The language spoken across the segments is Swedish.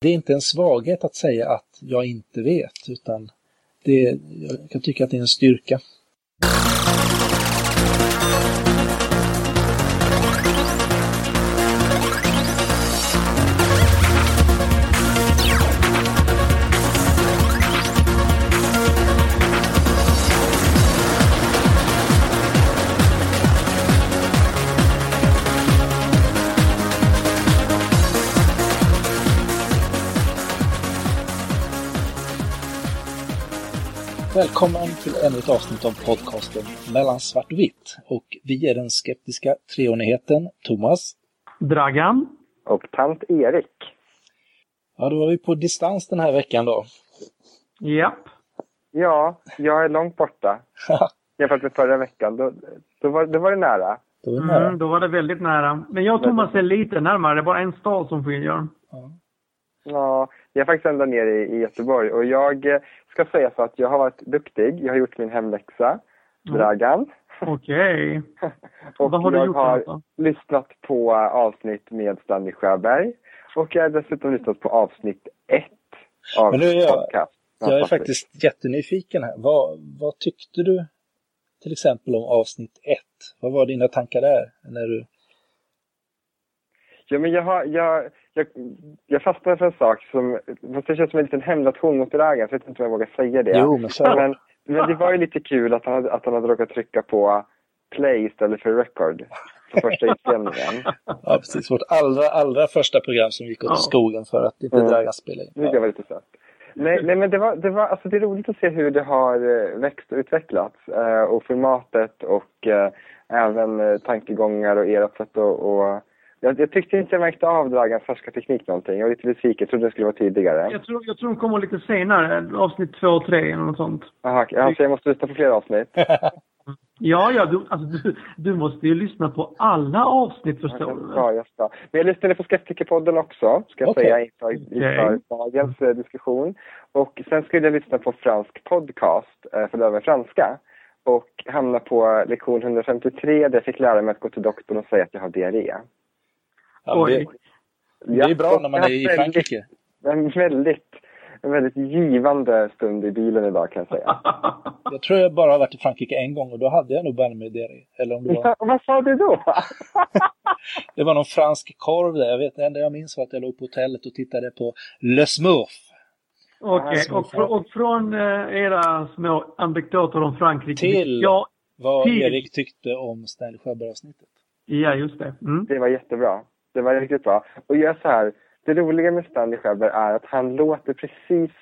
Det är inte en svaghet att säga att jag inte vet, utan jag kan tycka att det är en styrka. Välkommen till ännu ett avsnitt av podcasten Mellan svart och vitt. Och vi är den skeptiska treenigheten Thomas, Dragan och tant Erik. Ja, då var vi på distans den här veckan då. Japp. Ja, jag är långt borta. Jämfört med förra veckan. Då var det nära. Då var det väldigt nära. Men jag och Thomas är lite närmare. Det är bara en stad som skiljer. Ja, jag är faktiskt ända nere i Göteborg. Och jag ska säga så att jag har varit duktig. Jag har gjort min hemläxa. Dragan. Okej. Och vad har du jag gjort har då? lyssnat på avsnitt med Stanley Sjöberg. Och jag har dessutom lyssnat på avsnitt 1 av podcast. Jag är faktiskt jättenyfiken här. Vad tyckte du till exempel om avsnitt 1? Vad var dina tankar där? När du... Ja, men jag fastnade för en sak som det känns som en liten hämndaktion mot Dragan, så jag vet inte om jag vågar säga det. Jo, men det var ju lite kul att han hade råkat trycka på play istället för record på första inspelningen. Ja, precis. Vårt allra första program som gick åt skogen för att inte Dragan spelade in. Det var lite sött. Nej, men det var alltså det är roligt att se hur det har växt och utvecklats. Och formatet och även tankegångar och ert sätt och jag tyckte inte jag märkte av Dragans färska teknik någonting. Jag var lite besviken. Jag trodde det skulle vara tidigare. Jag tror de kommer lite senare. Avsnitt 2 och 3 eller något sånt. Aha, alltså jag måste lyssna på fler avsnitt. Ja, du måste ju lyssna på alla avsnitt, förstår du. Ja, just det. Men jag lyssnade på Skeptikerpodden också, ska jag säga, inför dagens diskussion. Och sen skulle jag lyssna på fransk podcast, för det var franska. Och hamna på lektion 153 där jag fick lära mig att gå till doktorn och säga att jag har diarré. Ja, det är bra när man är i Frankrike. En väldigt givande stund i bilen idag, kan jag säga. Jag tror jag bara har varit i Frankrike en gång och då hade jag nog bara med diarré. Eller om det var... Vad sa du då? Det var någon fransk korv där. Jag vet, det enda jag minns var att jag låg på hotellet och tittade på Le Smurf. Okej, och från era små anekdoter om Frankrike till vad Erik tyckte om Stanley Sjöberg-avsnittet. Ja, just det. Det var jättebra. Det var riktigt bra. Och jag så här, det roliga med Stanley Sjöberg är att han låter precis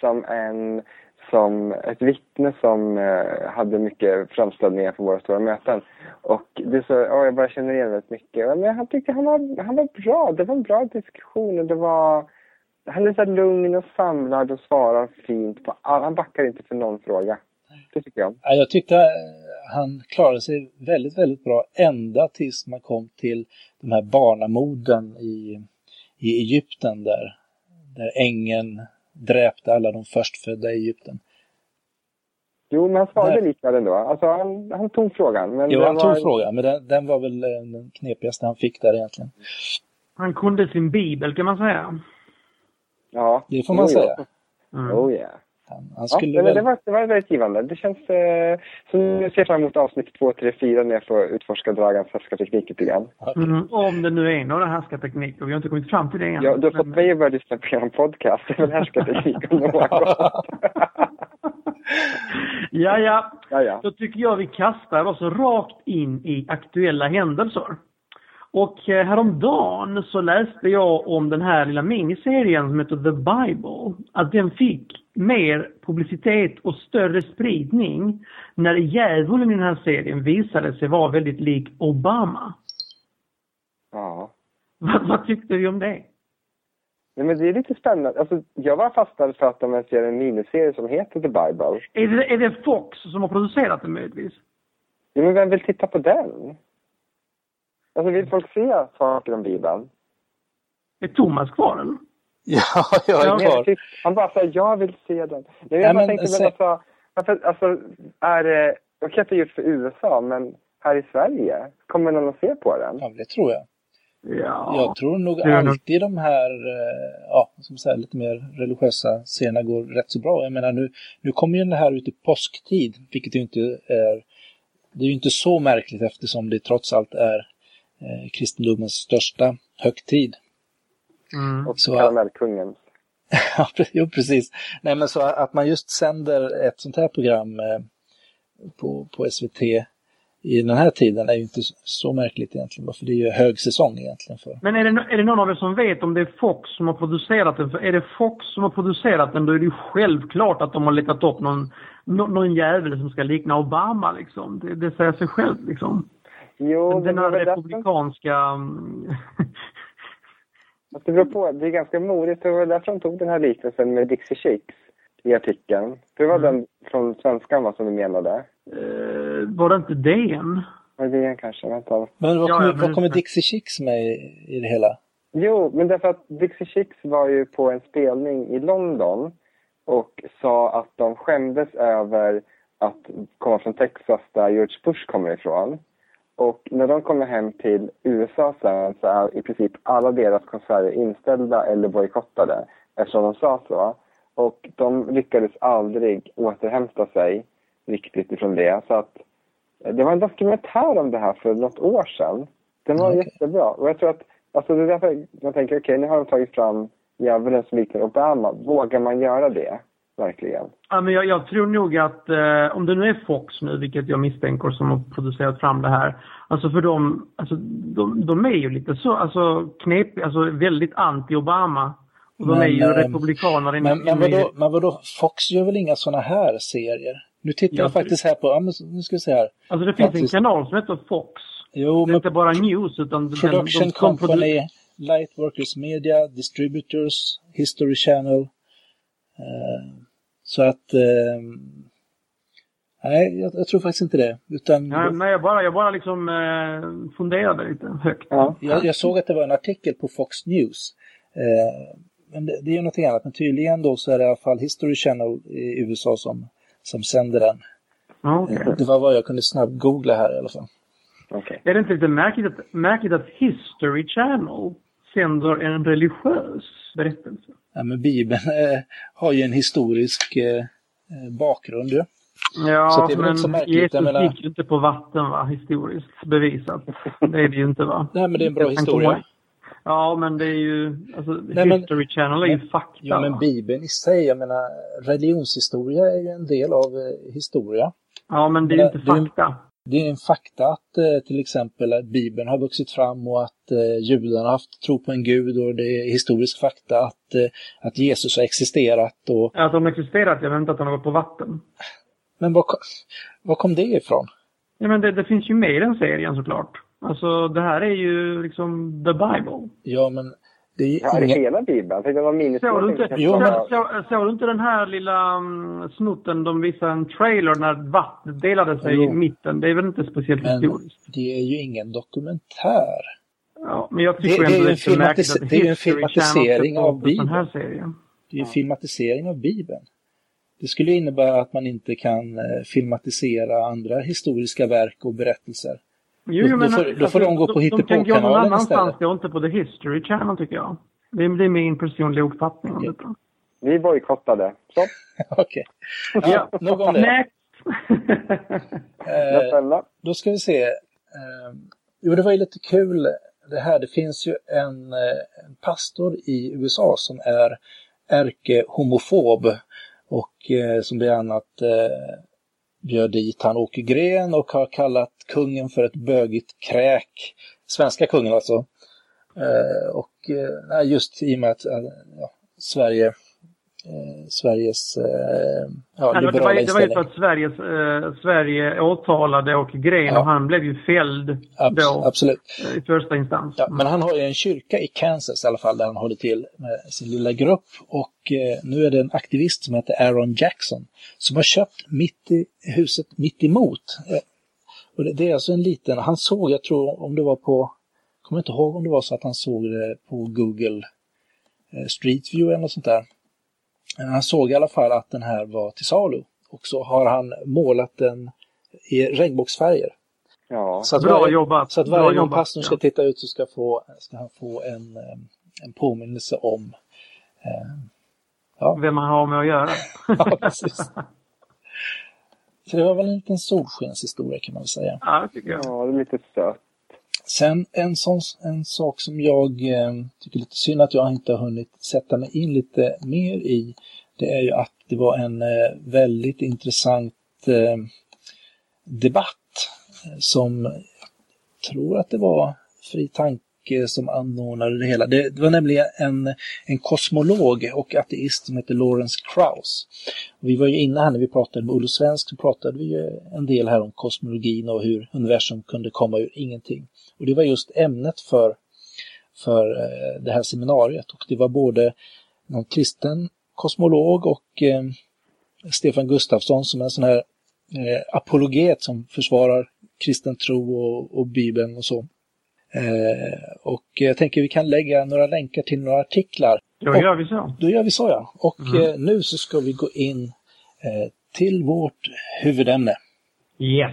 som ett vittne som hade mycket framställningar på våra stora möten. Och det är så, jag bara känner igen väldigt mycket. Men han tyckte han var bra. Det var en bra diskussion. Och han är så lugn och samlad och svarar fint på han backar inte för någon fråga. Det tycker jag. Ja, jag tyckte han klarade sig väldigt, väldigt bra ända tills man kom till de här barnamorden i Egypten där ängeln dräpte alla de förstfödda i Egypten. Jo, men han svarade liknande ändå. Alltså han tog frågan. Men han tog frågan, men den var väl den knepigaste han fick där egentligen. Han kunde sin bibel, kan man säga. Ja, det får man säga. Oh yeah. Han skulle det var väldigt givande. Det känns som jag ser fram emot avsnitt 2, 3, 4 när jag får utforska Dragans härskarteknik lite grann. Om det nu är några härskarteknik och vi har inte kommit fram till det än. Ja, du har fått mig att börja lyssna på en podcast. Det är väl härskarteknik om något. Ja. Då tycker jag vi kastar oss rakt in i aktuella händelser. Och häromdagen så läste jag om den här lilla miniserien som heter The Bible. Att den fick mer publicitet och större spridning när djävulen i den här serien visade sig vara väldigt lik Obama. Ja. Vad tyckte du om det? Nej, men det är lite spännande. Alltså, jag var fastnad för att de ser en miniserie som heter The Bible. Är det Fox som har producerat den möjligtvis? Ja, men vem vill titta på den? Alltså, vill folk se saker om Bibeln? Är Thomas kvar, eller? Ja, jag är kvar. Han bara säger, jag vill se den. Jag bara tänkte, alltså, är det... Jag kan inte gjort för USA, men här i Sverige, kommer någon att se på den? Ja, det tror jag. Ja. Jag tror nog alltid de här som säger, lite mer religiösa scenerna går rätt så bra. Jag menar nu kommer ju den här ut i påsktid, vilket ju inte är, det är ju inte så märkligt eftersom det trots allt är kristendomens största högtid. Och så karamellkungen. Jo, precis. Nej, men så att man just sänder ett sånt här program på SVT i den här tiden är ju inte så märkligt egentligen, för det är ju högsäsong egentligen. Men är det någon av er som vet om det är Fox som har producerat den? För är det Fox som har producerat den, då är det ju självklart att de har letat upp någon jävel som ska likna Obama liksom. Det säger sig själv liksom. Jo, den här republikanska... Det beror på, det är ganska modigt. Det var därför de tog den här liknelsen med Dixie Chicks i artikeln. Det var den från svenskan som du menade. Var det inte DN? Var det DN kanske? Vänta. Men vad kommer Dixie Chicks med i det hela? Jo, men därför att Dixie Chicks var ju på en spelning i London och sa att de skämdes över att komma från Texas där George Bush kommer ifrån. Och när de kommer hem till USA sen så är i princip alla deras konserter inställda eller bojkottade eftersom de sa så. Och de lyckades aldrig återhämta sig riktigt ifrån det. Så att det var en dokumentär om det här för något år sedan. Den var jättebra. Och jag tror att, alltså det är därför man tänker, okej, nu har de tagit fram djävulen som liknar Obama. Vågar man göra det? Verkligen. Ja, men jag tror nog att om det nu är Fox nu, vilket jag misstänker som har producerat fram det här, alltså för de är ju lite så, alltså knep, alltså väldigt anti-Obama. Och de är ju republikaner. Men vadå, Fox gör väl inga såna här serier? Nu tittar jag faktiskt här på, nu ska vi se här. Alltså det finns en kanal som heter Fox. Jo, det är inte bara news utan... Production Company, Lightworkers Media, Distributors, History Channel. Så att... nej, jag tror faktiskt inte det. Utan nej, jag bara liksom funderade lite högt. Ja. Jag såg att det var en artikel på Fox News. Men det är ju något annat. Men tydligen då så är det i alla fall History Channel i USA som sänder den. Okay. Det var vad jag kunde snabbt googla här i alla fall. Okay. Är det inte lite märkligt att History Channel sänder en religiös berättelse? Ja, men Bibeln har ju en historisk bakgrund ju. Ja, så det är väl men inte så märkligt. Jesus gick ju inte på vatten, va? Historiskt bevisat. Det är det ju inte, va? Nej, men det är en bra historia. Ja, men det är ju... Alltså, History Channel är ju fakta. Ja, men Bibeln i sig, jag menar, religionshistoria är ju en del av historia. Ja, men det är ju inte fakta. Det är en fakta att till exempel att Bibeln har vuxit fram och att judarna har haft tro på en gud, och det är historisk fakta att Jesus har existerat. Och... Att de har existerat, jag vet inte att han har gått på vatten. Men var kom det ifrån? Ja, men det finns ju med i den serien såklart. Alltså det här är ju liksom the Bible. Ja, men det är ja, det är hela Bibeln. Jag tänkte det var såg du inte den här lilla snutten, de visade en trailer när vattnet delade sig i mitten. Det är väl inte speciellt historiskt. Det är ju ingen dokumentär. Ja, men jag tycker ändå det är en filmatisering av Bibeln. Den här serien. Det är en filmatisering av Bibeln. Det skulle innebära att man inte kan filmatisera andra historiska verk och berättelser. Jo, men då får de gå på hittepå-kanalen istället. De kan gå någon annanstans, det är inte på The History Channel tycker jag. Det är min personliga uppfattning om detta. Vi bojkottade. Så. Okej. Ja, nog om det. Next. Då ska vi se. Jo, det var ju lite kul det här. Det finns ju en pastor i USA som är ärkehomofob och som bland annat bjöd dit han Åke Gren och har kallat kungen för ett bögigt kräk. Svenska kungen alltså. Och just i och med att Sveriges liberala inställning. Det var ju för att Sverige åtalade Åke Gren och han blev ju fälld då. Absolut. I första instans. Ja, men han har ju en kyrka i Kansas i alla fall där han håller till med sin lilla grupp, och nu är det en aktivist som heter Aaron Jackson som har köpt huset mitt emot. Och det är alltså en liten, han såg, jag tror om det var på, kommer inte ihåg om det var så att han såg det på Google Street View eller något sånt där. Han såg i alla fall att den här var till salu, och så har han målat den i regnbågsfärger. Ja. Så att Bra jobbat. Så att varje gång pastorn ska titta ut så ska han få en påminnelse om vem man har med att göra. Ja, precis. Så det var väl en liten solskenshistoria kan man väl säga. Ja, det tycker jag. Ja, det är lite stört. Sen en sak som jag tycker lite synd att jag inte har hunnit sätta mig in lite mer i, det är ju att det var en väldigt intressant debatt som jag tror att det var Fri Tanke som anordnade det hela. Det var nämligen en kosmolog och ateist som heter Lawrence Krauss. Vi var ju inne här när vi pratade med Olle Svensk, så pratade vi ju en del här om kosmologin och hur universum kunde komma ur ingenting. Och det var just ämnet för det här seminariet. Och det var både någon kristen kosmolog och Stefan Gustafsson som är en sån här apologet som försvarar kristen tro och Bibeln och så. Och jag tänker vi kan lägga några länkar till några artiklar. Då gör vi så. Då gör vi så, ja. Och nu så ska vi gå in till vårt huvudämne. Yes.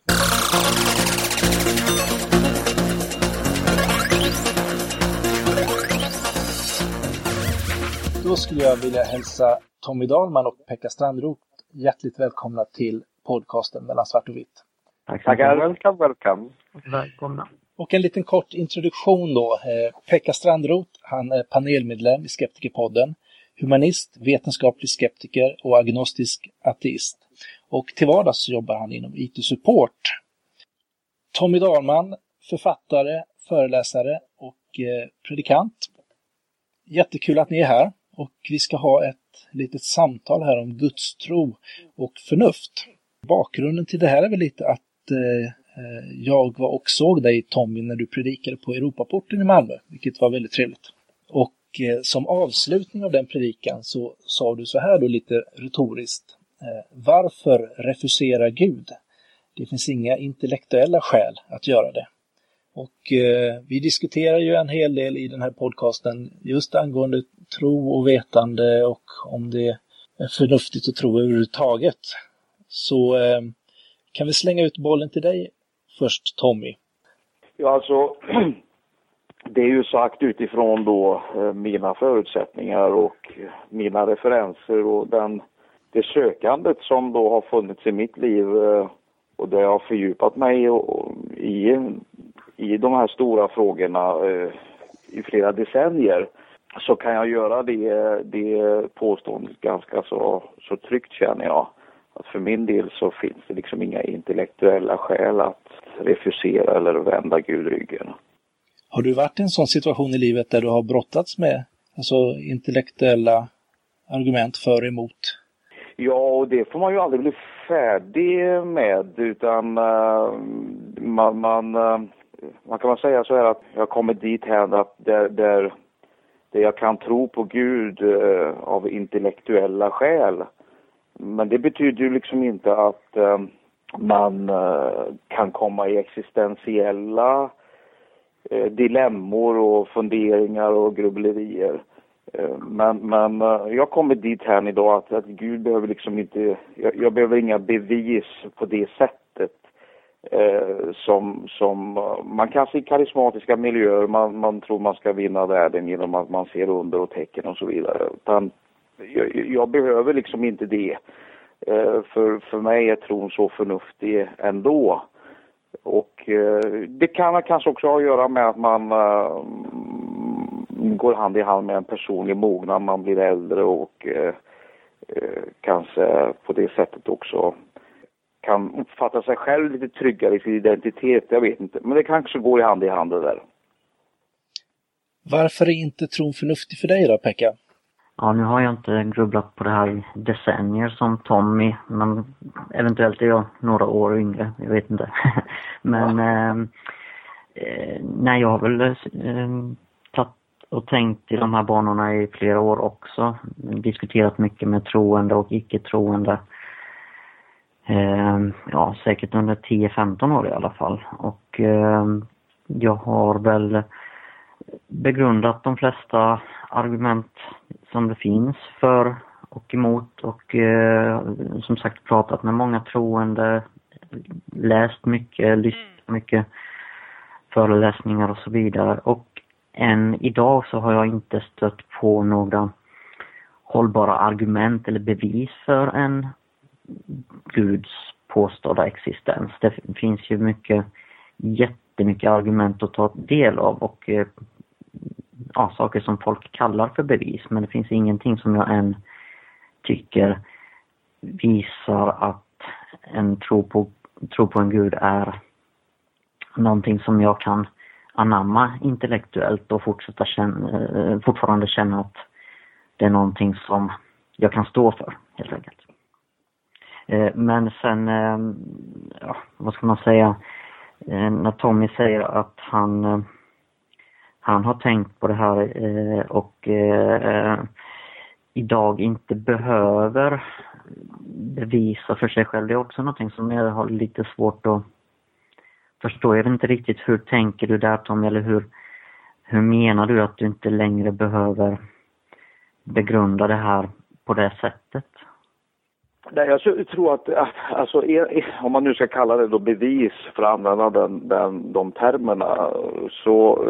Då skulle jag vilja hälsa Tommy Dahlman och Pekka Strandroth hjärtligt välkomna till podcasten Mellan svart och vitt. Tackar. Welcome. Välkomna. Och en liten kort introduktion då. Pekka Strandroth, han är panelmedlem i Skeptikerpodden, humanist, vetenskaplig skeptiker och agnostisk ateist. Och till vardags jobbar han inom IT-support. Tommy Dahlman, författare, föreläsare och predikant. Jättekul att ni är här. Och vi ska ha ett litet samtal här om gudstro och förnuft. Bakgrunden till det här är väl lite att jag var och såg dig, Tommy, när du predikade på Europaporten i Malmö, vilket var väldigt trevligt. Och som avslutning av den predikan så sa du så här då lite retoriskt. Varför refusera Gud? Det finns inga intellektuella skäl att göra det. Och vi diskuterar ju en hel del i den här podcasten just angående tro och vetande och om det är förnuftigt att tro överhuvudtaget. Så kan vi slänga ut bollen till dig först, Tommy? Ja, alltså det är ju sagt utifrån då mina förutsättningar och mina referenser och det sökandet som då har funnits i mitt liv och där jag har fördjupat mig i de här stora frågorna i flera decennier, så kan jag göra det påståendet ganska så tryggt, känner jag. Att för min del så finns det liksom inga intellektuella skäl att refusera eller vända Gud ryggen. Har du varit i en sån situation i livet där du har brottats med intellektuella argument för och emot? Ja, och det får man ju aldrig bli färdig med, utan man kan säga så här att jag kommer dit här att där jag kan tro på Gud av intellektuella skäl. Men det betyder ju liksom inte att man kan komma i existentiella dilemmor och funderingar och grubblerier. Men jag kommer dit här idag att Gud behöver liksom inte, jag behöver inga bevis på det sättet som man kan se i karismatiska miljöer, man tror man ska vinna världen genom att man ser under och tecken och så vidare. Utan jag behöver liksom inte det. För mig är tron så förnuftig ändå. Och det kan kanske också ha att göra med att man går hand i hand med en personlig mognad, man blir äldre och kanske på det sättet också kan uppfatta sig själv lite tryggare i sin identitet, jag vet inte. Men det kanske går i hand det där. Varför är inte tron förnuftig för dig då, Pekka? Ja, nu har jag inte grubblat på det här i decennier som Tommy, men eventuellt är jag några år yngre, jag vet inte. Men nej, jag har väl tagit och tänkt i de här banorna i flera år också. Diskuterat mycket med troende och icke-troende. Ja, säkert under 10-15 år i alla fall. Och jag har väl begrundat de flesta argument som det finns för och emot och som sagt pratat med många troende, läst mycket, lyssnat mycket föreläsningar och så vidare. Och än idag så har jag inte stött på några hållbara argument eller bevis för en Guds påstådda existens. Det finns ju jättemycket argument att ta del av och saker som folk kallar för bevis. Men det finns ingenting som jag än tycker visar att en tro på en Gud är någonting som jag kan anamma intellektuellt och fortfarande känna att det är någonting som jag kan stå för, helt enkelt. Men sen, vad ska man säga, när Tommy säger att han har tänkt på det här och idag inte behöver bevisa för sig själv, det är också någonting som jag har lite svårt att förstå. Jag vet inte riktigt, hur tänker du där, Tommy, eller hur menar du att du inte längre behöver begrunda det här på det sättet? Nej, jag tror att alltså, om man nu ska kalla det då bevis för att använda de termerna, så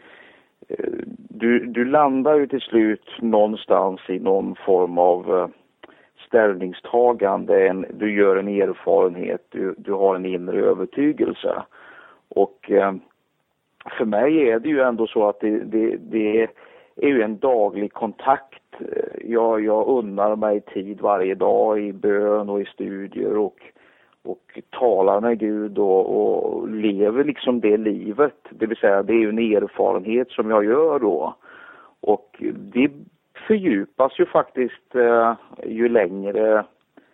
du landar ju till slut någonstans i någon form av ställningstagande. Du gör en erfarenhet, du har en inre övertygelse. Och för mig är det ju ändå så att det är ju en daglig kontakt. Jag unnar mig tid varje dag i bön och i studier och talar med Gud och lever liksom det livet. Det vill säga, det är ju en erfarenhet som jag gör då. Och det fördjupas ju faktiskt ju längre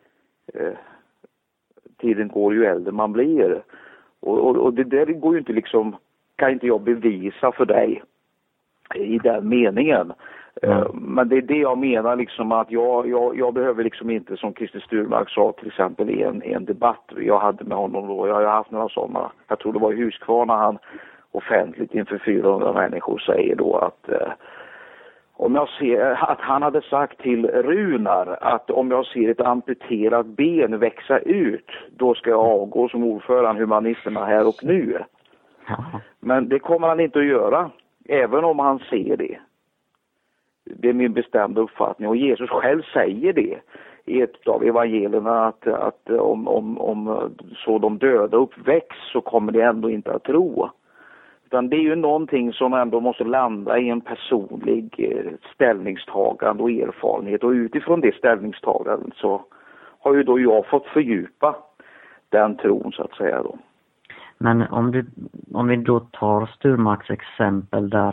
tiden går, ju äldre man blir. Och det där går ju inte liksom, kan inte jag bevisa för dig i den meningen. Men det är det jag menar liksom, att jag behöver liksom inte, som Christer Sturmark sa till exempel i en debatt jag hade med honom då, jag har haft några sådana, jag tror det var i Huskvarna, han offentligt inför 400 människor säger då att om jag ser att han hade sagt till Runar att om jag ser ett amputerat ben växa ut, då ska jag avgå som ordförande humanisterna här och nu. Men det kommer han inte att göra, även om han ser det. Det är min bestämda uppfattning, och Jesus själv säger det i ett av evangelierna att om så de döda uppväcks så kommer de ändå inte att tro. Utan det är ju någonting som ändå måste landa i en personlig ställningstagande och erfarenhet, och utifrån det ställningstagandet så har ju då jag fått fördjupa den tron, så att säga då. Men om vi då tar Sturmarks exempel där,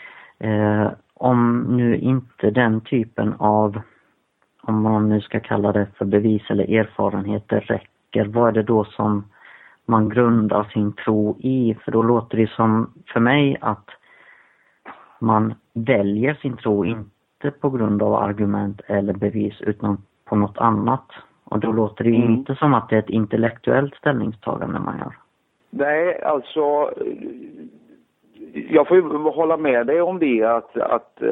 om nu inte den typen av, om man nu ska kalla det för bevis eller erfarenheter, räcker, vad är det då som man grundar sin tro i? För då låter det som för mig att man väljer sin tro inte på grund av argument eller bevis utan på något annat. Och då låter det inte som att det är ett intellektuellt ställningstagande man gör. Nej, alltså jag får ju hålla med dig om det, att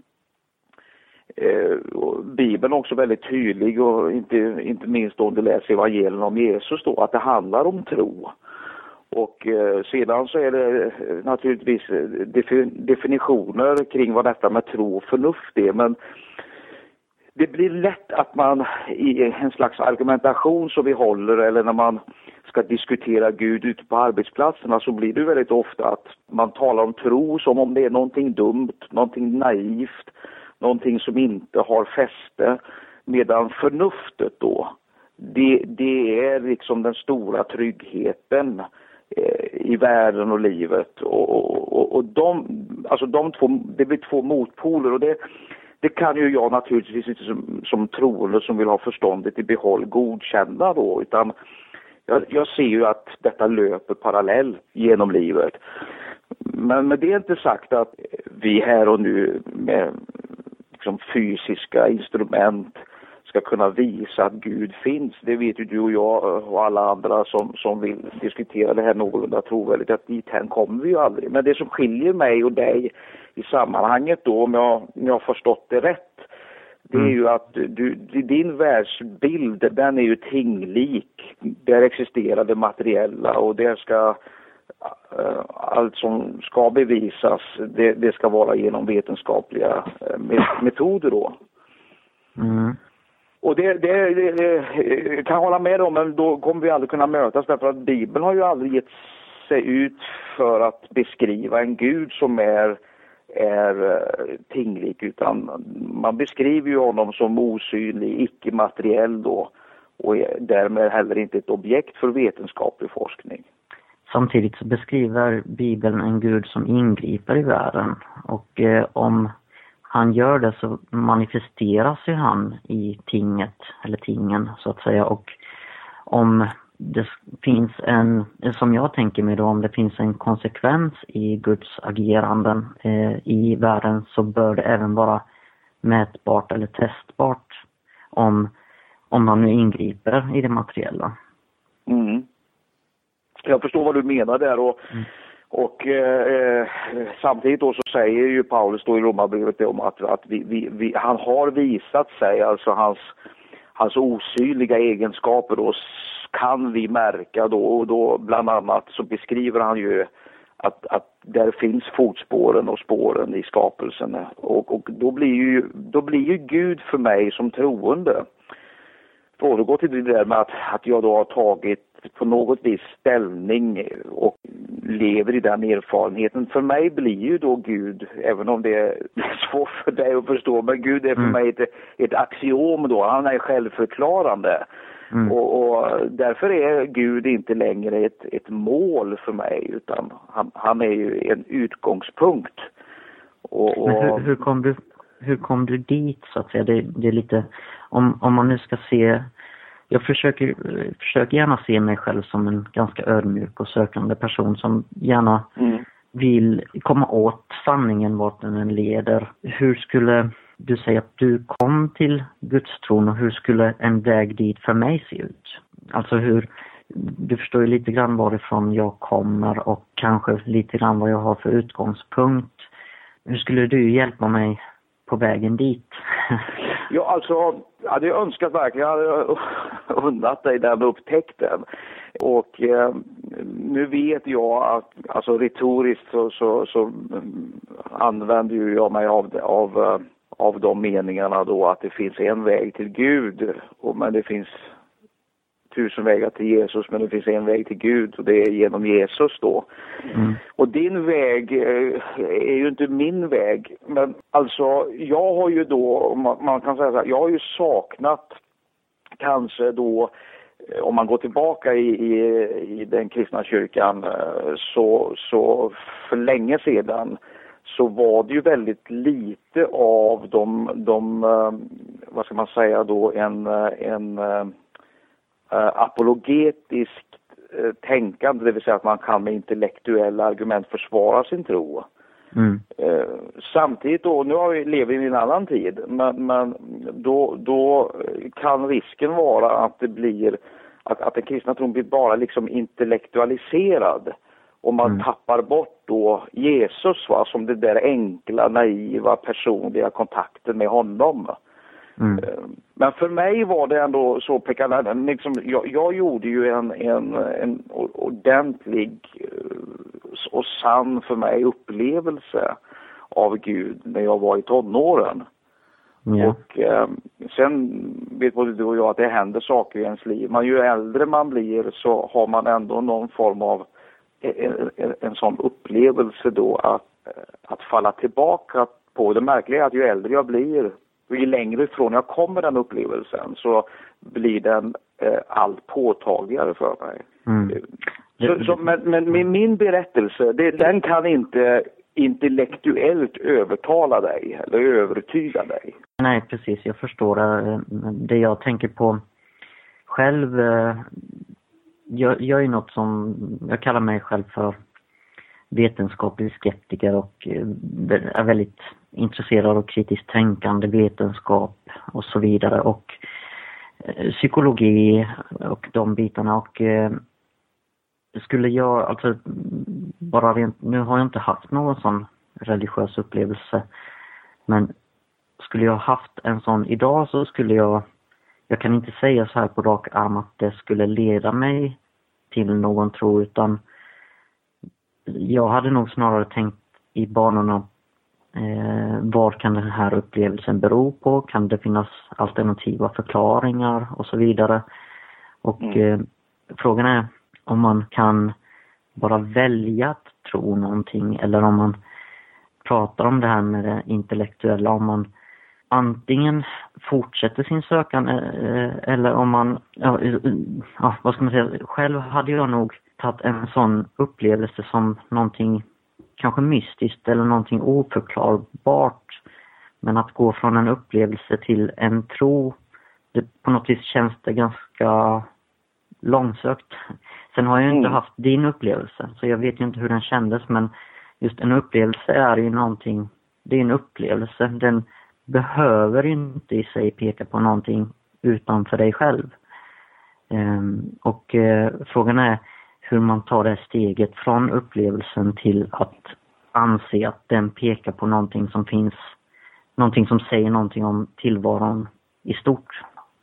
Bibeln är också väldigt tydlig, och inte minst om du läser evangelien om Jesus då, att det handlar om tro. Och sedan så är det naturligtvis definitioner kring vad detta med tro och förnuft är, men det blir lätt att man i en slags argumentation som vi håller, eller när man ska diskutera Gud ute på arbetsplatserna, så blir det väldigt ofta att man talar om tro som om det är någonting dumt, någonting naivt, någonting som inte har fäste, medan förnuftet då, det är liksom den stora tryggheten i världen och livet, och de två, det blir två motpoler, och det kan ju jag naturligtvis inte som troende som vill ha förståndet i behåll godkänna då, utan jag ser ju att detta löper parallell genom livet. Men med det är inte sagt att vi här och nu med liksom fysiska instrument ska kunna visa att Gud finns. Det vet ju du och jag och alla andra som vill diskutera det här någorlunda trovärdigt, att dit här kommer vi ju aldrig. Men det som skiljer mig och dig i sammanhanget då, om jag har förstått det rätt, Det är ju att din världsbild, den är ju tinglik. Där existerar det materiella och där ska allt som ska bevisas, det ska vara genom vetenskapliga metoder då. Mm. Och det kan jag hålla med om, men då kommer vi aldrig kunna mötas, därför att Bibeln har ju aldrig gett sig ut för att beskriva en Gud som är tinglik, utan man beskriver ju honom som osynlig, icke-materiell då, och därmed heller inte ett objekt för vetenskaplig forskning. Samtidigt så beskriver Bibeln en Gud som ingriper i världen, och om han gör det så manifesteras ju han i tinget, eller tingen så att säga, och om det finns som jag tänker mig då, om det finns en konsekvens i Guds ageranden i världen, så bör det även vara mätbart eller testbart om man nu ingriper i det materiella. Mm. Jag förstår vad du menar där, och samtidigt då så säger ju Paulus då i Romarbrevet om att han har visat sig, alltså hans osynliga egenskaper då kan vi märka då, och då bland annat så beskriver han ju att där finns fotspåren och spåren i skapelsen, och då blir ju Gud för mig som troende, för att återgå till det där med att jag då har tagit på något vis ställning och lever i den erfarenheten. För mig blir ju då Gud, även om det är svårt för dig att förstå, men Gud är för mig ett axiom då. Han är självförklarande. Och därför är Gud inte längre ett mål för mig, utan han är ju en utgångspunkt. Men hur kom du dit så att säga? Det är lite, om man nu ska se, jag försöker gärna se mig själv som en ganska ödmjuk och sökande person som gärna vill komma åt sanningen vart den än leder. Hur skulle du säga att du kom till Guds tron, och hur skulle en väg dit för mig se ut? Alltså du förstår ju lite grann varifrån jag kommer och kanske lite grann vad jag har för utgångspunkt. Hur skulle du hjälpa mig på vägen dit? Ja, alltså, jag hade önskat verkligen, jag hade unnat dig den upptäckten. Och nu vet jag att, alltså retoriskt så använder ju jag mig av de meningarna då, att det finns en väg till Gud, men det finns 1000 vägar till Jesus, men det finns en väg till Gud, och det är genom Jesus då. Och din väg är ju inte min väg, men alltså jag har ju då, man kan säga så här, jag har ju saknat kanske då, om man går tillbaka i den kristna kyrkan, så för länge sedan så var det ju väldigt lite av de vad ska man säga då, en apologetiskt tänkande, det vill säga att man kan med intellektuella argument försvara sin tro. Samtidigt då, nu lever vi i en annan tid, men då kan risken vara att det blir att den kristna tron blir bara liksom intellektualiserad, och man tappar bort då Jesus, som det där enkla, naiva, personliga kontakten med honom. Men för mig var det ändå så, liksom, jag gjorde ju en ordentlig och sann för mig upplevelse av Gud när jag var i tonåren. Och sen vet både du och jag att det händer saker i ens liv. Men ju äldre man blir så har man ändå någon form av en sån upplevelse då att falla tillbaka på. Det märkliga är att ju äldre jag blir, och ju längre ifrån jag kommer den upplevelsen, så blir den allt påtagligare för mig. Men min berättelse, den kan inte intellektuellt övertala dig eller övertyga dig. Nej, precis. Jag förstår det. Det jag tänker på själv, jag är något som, jag kallar mig själv för vetenskaplig skeptiker, och är väldigt intresserad av kritiskt tänkande, vetenskap och så vidare, och psykologi och de bitarna. Och skulle jag, alltså bara nu har jag inte haft någon sån religiös upplevelse, men skulle jag haft en sån idag så skulle jag kan inte säga så här på rak arm att det skulle leda mig till någon tro, utan jag hade nog snarare tänkt i banorna vad kan den här upplevelsen bero på? Kan det finnas alternativa förklaringar och så vidare? Och frågan är om man kan bara välja att tro någonting, eller om man pratar om det här med det intellektuella, om man antingen fortsätter sin sökan eller om man, vad ska man säga, själv hade jag nog tagit en sån upplevelse som någonting kanske mystiskt eller någonting oförklarbart, men att gå från en upplevelse till en tro, det på något vis känns det ganska långsökt. Sen har jag ju inte haft din upplevelse, så jag vet ju inte hur den kändes, men just en upplevelse är ju någonting, det är en upplevelse, den behöver inte i sig peka på någonting utanför dig själv. Frågan är hur man tar det steget från upplevelsen till att anse att den pekar på någonting som finns, någonting som säger någonting om tillvaron i stort.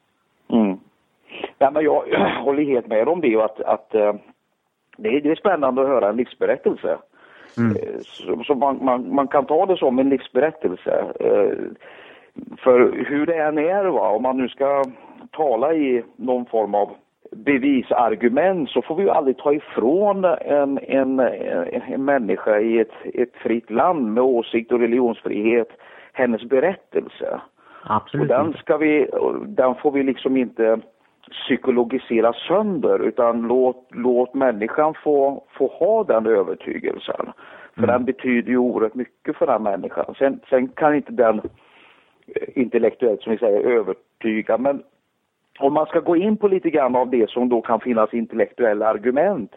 Ja, men jag håller helt med om det, att det är spännande att höra en livsberättelse. Så man kan ta det som en livsberättelse. För hur det än är, om man nu ska tala i någon form av bevisargument, så får vi ju aldrig ta ifrån en människa i ett fritt land med åsikt och religionsfrihet hennes berättelse. Absolut. Och den får vi liksom inte psykologisera sönder, utan låt människan få ha den övertygelsen. För den betyder ju oerhört mycket för den människan. Sen kan inte den intellektuellt, som vi säger, övertyga, men om man ska gå in på lite grann av det som då kan finnas intellektuella argument,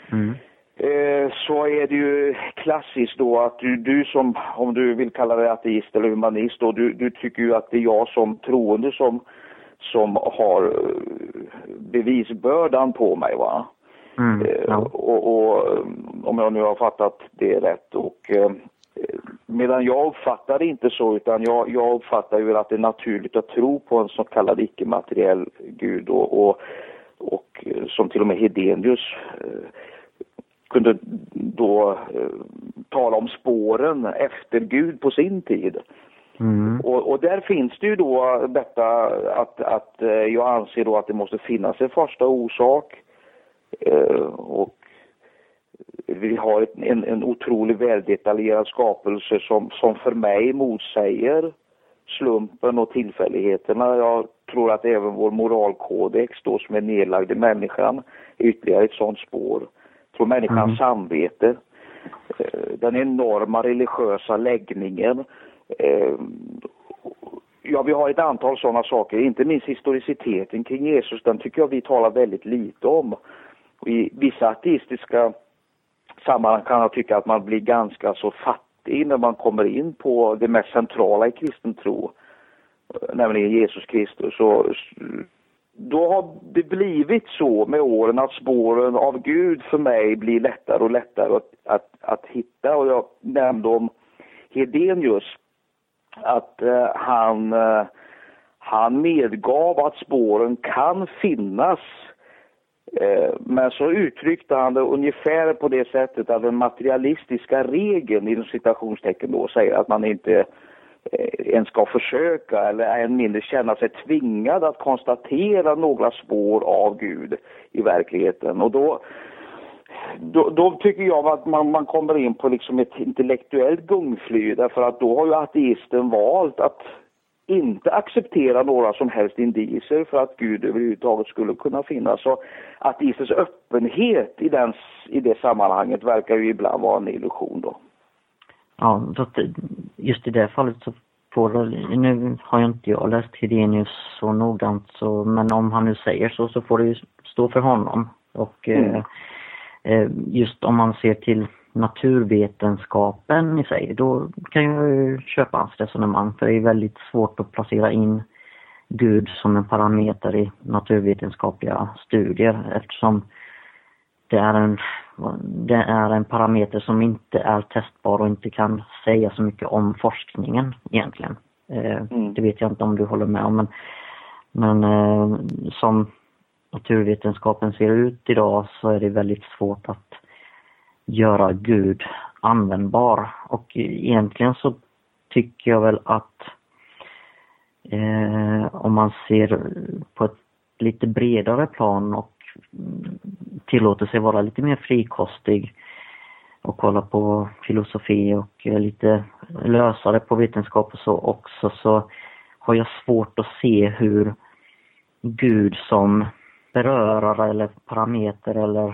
så är det ju klassiskt då att du som, om du vill kalla det ateist eller humanist, då, du tycker ju att det är jag som troende som har bevisbördan på mig, va? Och om jag nu har fattat det rätt, och medan jag uppfattar det inte så, utan jag uppfattar ju att det är naturligt att tro på en så kallad icke-materiell gud, och som till och med Hedenius kunde då tala om spåren efter Gud på sin tid. Och där finns det ju då detta att jag anser då att det måste finnas en första orsak, och vi har en otroligt väldetaljerad skapelse som för mig motsäger slumpen och tillfälligheterna. Jag tror att även vår moralkodex då, som är nedlagd i människan, är ytterligare ett sådant spår. Jag tror människans samvete, den enorma religiösa läggningen, ja, vi har ett antal sådana saker, inte minst historiciteten kring Jesus, den tycker jag vi talar väldigt lite om. Och i vissa ateistiska sammanhang kan jag tycka att man blir ganska så fattig när man kommer in på det mest centrala i kristen tro, nämligen Jesus Kristus. Så då har det blivit så med åren att spåren av Gud för mig blir lättare och lättare att hitta. Och jag nämnde om Hedenius att han medgav att spåren kan finnas, men så uttryckte han det ungefär på det sättet att den materialistiska regeln inom citationstecken då säger att man inte ens ska försöka eller än mindre känna sig tvingad att konstatera några spår av Gud i verkligheten. Och då tycker jag att man kommer in på liksom ett intellektuellt gungfly, därför att då har ju ateisten valt att inte acceptera några som helst indicier för att Gud överhuvudtaget skulle kunna finnas. Så ateistens öppenhet i det sammanhanget verkar ju ibland vara en illusion då. Ja, just i det fallet så nu har jag inte läst Hedenius så noggrant, men om han nu säger så får det ju stå för honom. Och just om man ser till naturvetenskapen i sig, då kan jag ju köpa hans resonemang, för det är väldigt svårt att placera in Gud som en parameter i naturvetenskapliga studier, eftersom det är en parameter som inte är testbar och inte kan säga så mycket om forskningen egentligen. Det vet jag inte om du håller med om, men som naturvetenskapen ser ut idag så är det väldigt svårt att göra Gud användbar. Och egentligen så tycker jag väl att om man ser på ett lite bredare plan och tillåter sig vara lite mer frikostig och kolla på filosofi och lite lösare på vetenskap och så också, så har jag svårt att se hur Gud som berörare eller parameter eller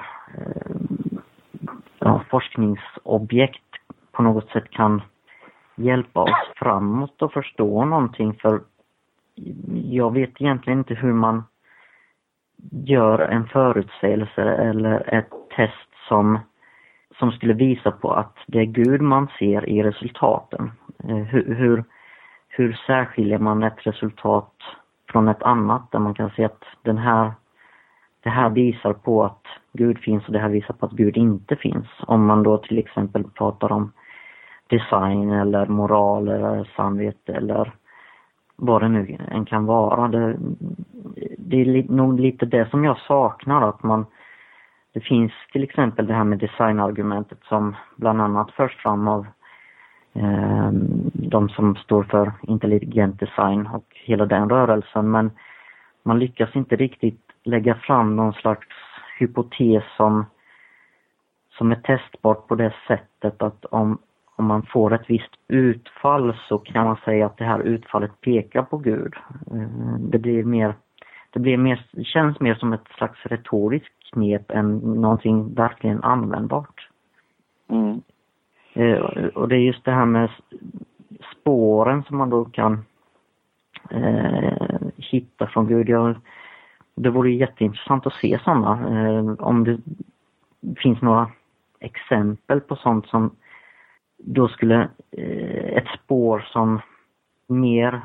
forskningsobjekt på något sätt kan hjälpa oss framåt och förstå någonting. För jag vet egentligen inte hur man gör en förutsägelse eller ett test som skulle visa på att det är Gud man ser i resultaten. Hur särskiljer man ett resultat från ett annat där man kan se att det här visar på att Gud finns och det här visar på att Gud inte finns. Om man då till exempel pratar om design eller moral eller samvete eller vad det nu än kan vara. Det är nog lite det som jag saknar, att det finns till exempel det här med designargumentet som bland annat förs fram av de som står för intelligent design och hela den rörelsen, men man lyckas inte riktigt lägga fram någon slags hypotes som är testbart på det sättet att om man får ett visst utfall så kan man säga att det här utfallet pekar på Gud. Det känns mer som ett slags retoriskt knep än någonting verkligen användbart. Och det är just det här med spåren som man då kan hitta från Gud. Det vore jätteintressant att se sådana. Om det finns några exempel på sånt som då skulle ett spår som mer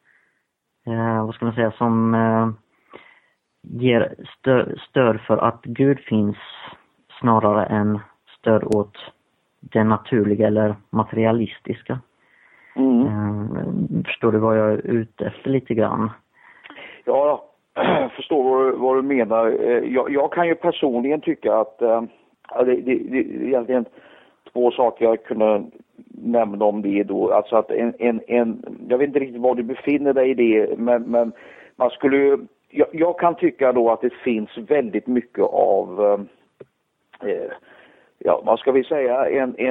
som ger stöd för att Gud finns snarare än stöd åt det naturliga eller materialistiska. Förstår du vad jag är ute efter lite grann? Ja, jag förstår vad du menar. Jag kan ju personligen tycka att det är egentligen två saker jag kunde nämna om det då. Alltså att jag vet inte riktigt var du befinner dig i det, men man skulle, jag kan tycka då att det finns väldigt mycket av vad ska vi säga,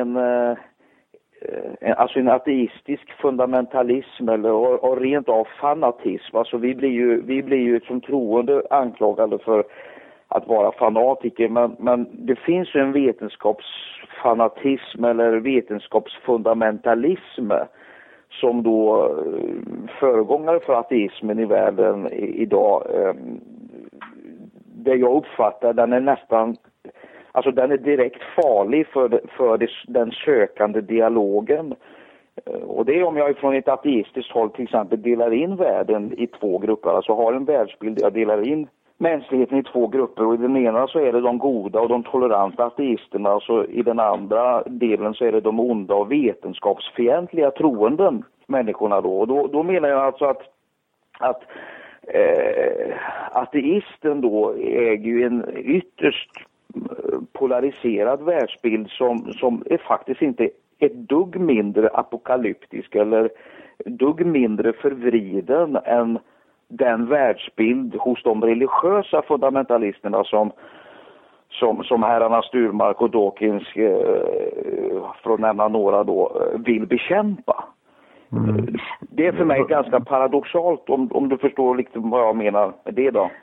en ateistisk fundamentalism eller rent av fanatism. Alltså vi blir ju som troende anklagade för att vara fanatiker, men det finns ju en vetenskapsfanatism eller vetenskapsfundamentalism som då föregångare för ateismen i världen idag, det jag uppfattar, den är nästan, alltså den är direkt farlig för den sökande dialogen. Och det är om jag från ett ateistiskt håll till exempel delar in världen i två grupper, alltså har en världsbild, jag delar in mänskligheten i två grupper, och i den ena så är det de goda och de toleranta ateisterna, och så i den andra delen så är det de onda och vetenskapsfientliga troenden människorna då. Och då menar jag alltså att ateisten då äger ju en ytterst polariserad världsbild som är faktiskt inte ett dugg mindre apokalyptisk eller dugg mindre förvriden än den världsbild hos de religiösa fundamentalisterna som herrarna Sturmark och Dawkins, för att nämna några då, vill bekämpa. Det är för mig ganska paradoxalt, om du förstår lite vad jag menar med det då.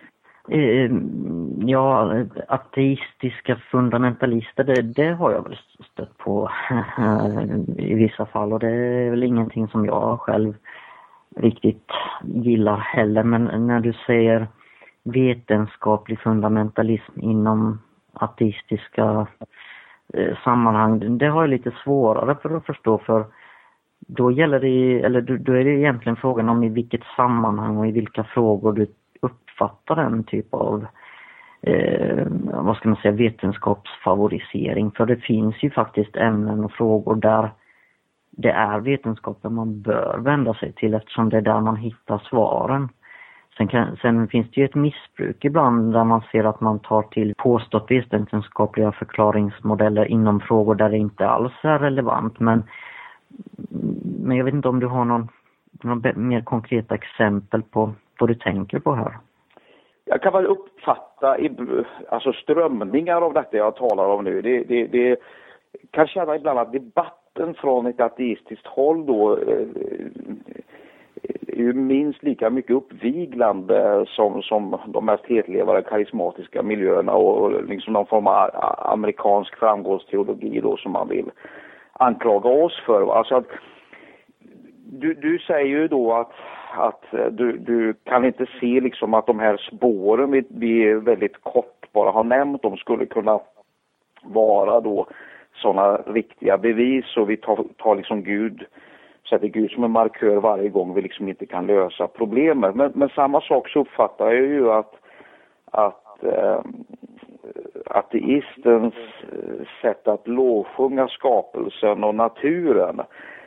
Ja, ateistiska fundamentalister, det har jag väl stött på i vissa fall, och det är väl ingenting som jag själv riktigt gillar heller. Men när du säger vetenskaplig fundamentalism inom ateistiska sammanhang, det har jag lite svårare för att förstå, för då gäller det, eller då är det egentligen frågan om i vilket sammanhang och i vilka frågor du uppfattar en typ av vetenskapsfavorisering. För det finns ju faktiskt ämnen och frågor där det är vetenskapen man bör vända sig till, eftersom det är där man hittar svaren. Sen finns det ju ett missbruk ibland där man ser att man tar till påstått vetenskapliga förklaringsmodeller inom frågor där det inte alls är relevant. Men jag vet inte om du har någon mer konkreta exempel på vad du tänker på här. Jag kan väl uppfatta alltså strömningar av detta jag talar om nu. Det kan känna ibland att debatten från ett ateistiskt håll då är ju minst lika mycket uppviglande som de mest hetlevade karismatiska miljöerna och liksom någon form av amerikansk framgångsteologi då som man vill anklaga oss för. Alltså att du säger ju då att du kan inte se liksom att de här spåren vi väldigt kort bara har nämnt, de skulle kunna vara då sådana riktiga bevis, och vi tar liksom sätter Gud som en markör varje gång vi liksom inte kan lösa problemet. Men samma sak så uppfattar jag ju att ateistens sätt att lovsjunga skapelsen och naturen,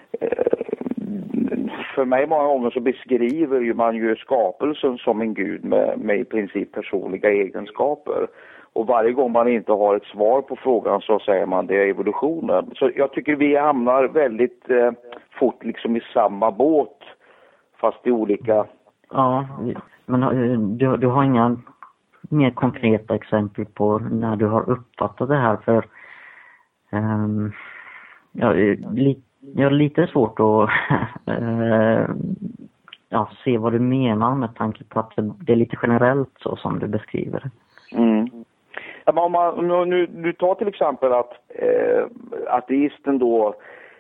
för mig många gånger så beskriver ju man ju skapelsen som en gud med i princip personliga egenskaper. Och varje gång man inte har ett svar på frågan så säger man det är evolutionen. Så jag tycker vi hamnar väldigt fort liksom i samma båt fast i olika... Ja, men du har inga mer konkreta exempel på när du har uppfattat det här? För jag har lite svårt att se vad du menar med tanke på att det är lite generellt så som du beskriver det. Mm. Om man nu tar till exempel att ateisten då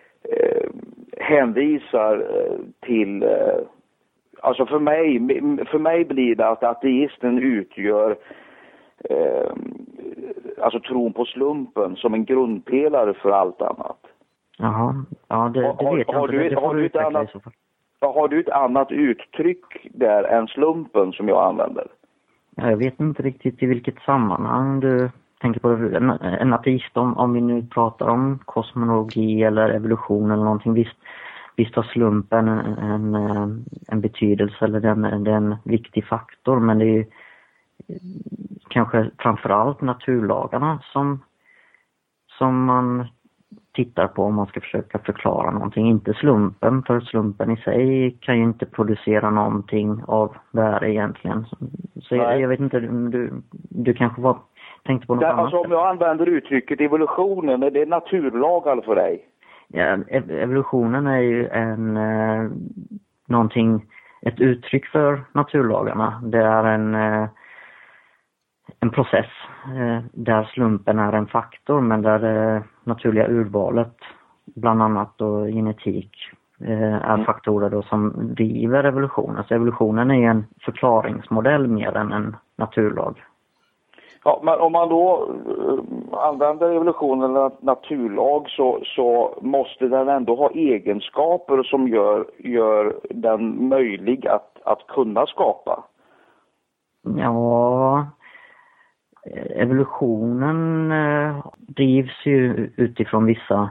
hänvisar till alltså för mig blir det att ateisten utgör alltså tron på slumpen som en grundpelare för allt annat. Jaha, ja det vet jag inte. Har du ett annat uttryck där än slumpen som jag använder? Ja, jag vet inte riktigt i vilket sammanhang du tänker på en ateist, om vi nu pratar om kosmologi eller evolution eller någonting. Visst har slumpen en betydelse, eller det är en viktig faktor, men det är ju kanske framförallt naturlagarna som man tittar på om man ska försöka förklara någonting, inte slumpen, för slumpen i sig kan ju inte producera någonting av värde egentligen. Så jag vet inte, du kanske tänkte på något annat. Alltså om jag använder uttrycket evolutionen, är det naturlagar för dig? Ja, evolutionen är ju ett uttryck för naturlagarna. Det är en process där slumpen är en faktor, men där det naturliga urvalet, bland annat då genetik, är faktorer då som driver evolutionen. Så evolutionen är en förklaringsmodell mer än en naturlag. Ja, men om man då använder evolutionen eller naturlag så måste den ändå ha egenskaper som gör den möjlig att kunna skapa. Ja, evolutionen drivs ju utifrån vissa,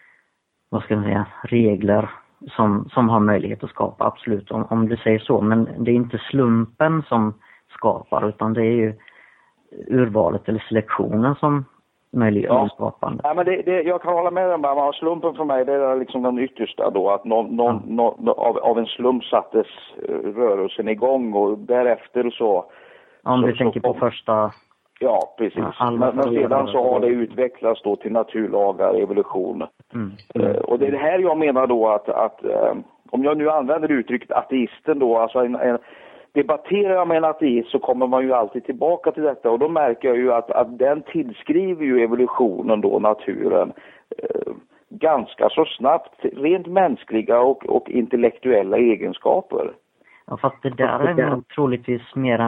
regler som har möjlighet att skapa, absolut, om du säger så. Men det är inte slumpen som skapar, utan det är ju urvalet eller selektionen som möjliggör skapande. Ja, men jag kan hålla med om slumpen för mig, det är liksom den yttersta då, att av en slump sattes rörelsen igång och därefter så... Om du tänker på första... Ja, precis. Men sedan så har det utvecklats då till naturlagar, evolution. Och det är det här jag menar då att om jag nu använder uttrycket ateisten då, alltså debatterar jag med en ateist så kommer man ju alltid tillbaka till detta, och då märker jag ju att den tillskriver ju evolutionen då, naturen, ganska så snabbt rent mänskliga och intellektuella egenskaper. Ja, fast det där är nog troligtvis mer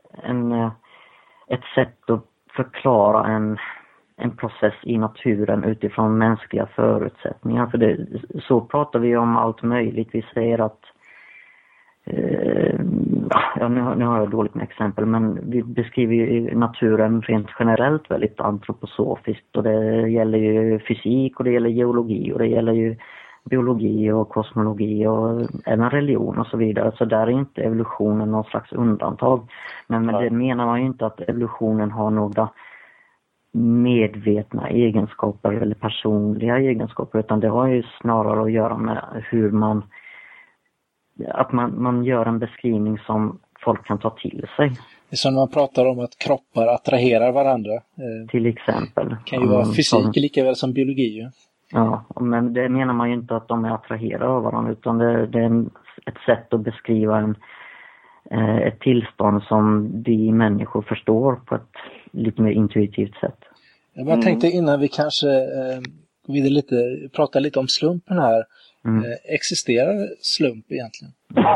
ett sätt att förklara en process i naturen utifrån mänskliga förutsättningar. För så pratar vi om allt möjligt. Vi säger att nu har jag dåligt med exempel, men vi beskriver ju naturen rent generellt väldigt antroposofiskt, och det gäller ju fysik och det gäller geologi och det gäller ju biologi och kosmologi och även religion och så vidare. Så där är inte evolutionen någon slags undantag. Men det menar man ju inte att evolutionen har några medvetna egenskaper eller personliga egenskaper, utan det har ju snarare att göra med hur man gör en beskrivning som folk kan ta till sig. Det är som när man pratar om att kroppar attraherar varandra. Till exempel. Det kan ju vara fysik lika väl som biologi. Ja, men det menar man ju inte att de är attraherade av varandra, utan det är ett sätt att beskriva ett tillstånd som vi människor förstår på ett lite mer intuitivt sätt. Jag bara tänkte innan vi kanske pratar lite om slumpen här. Existerar slump egentligen?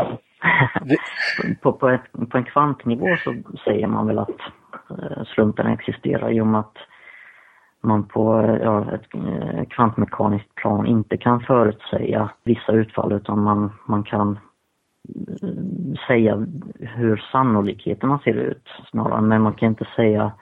På en kvantnivå så säger man väl att slumpen existerar i och med att man på ett kvantmekaniskt plan inte kan förutsäga vissa utfall, utan man kan säga hur sannolikheterna ser ut snarare, men man kan inte säga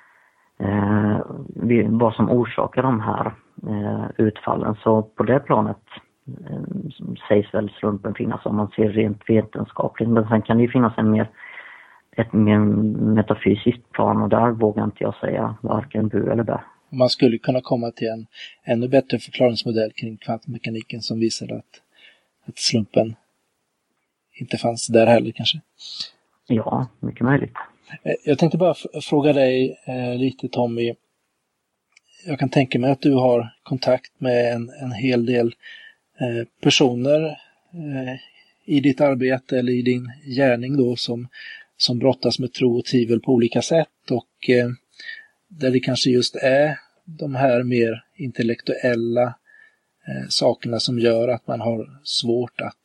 vad som orsakar de här utfallen. Så på det planet sägs väl slumpen finnas om man ser rent vetenskapligt, men sen kan det ju finnas ett mer metafysiskt plan, och där vågar inte jag säga varken bu eller bä. Man skulle kunna komma till en ännu bättre förklaringsmodell kring kvantmekaniken som visar att slumpen inte fanns där heller kanske. Ja, mycket möjligt. Jag tänkte bara fråga dig lite, Tommy. Jag kan tänka mig att du har kontakt med en hel del personer i ditt arbete eller i din gärning då som brottas med tro och tvivel på olika sätt, och där det kanske just är de här mer intellektuella sakerna som gör att man har svårt att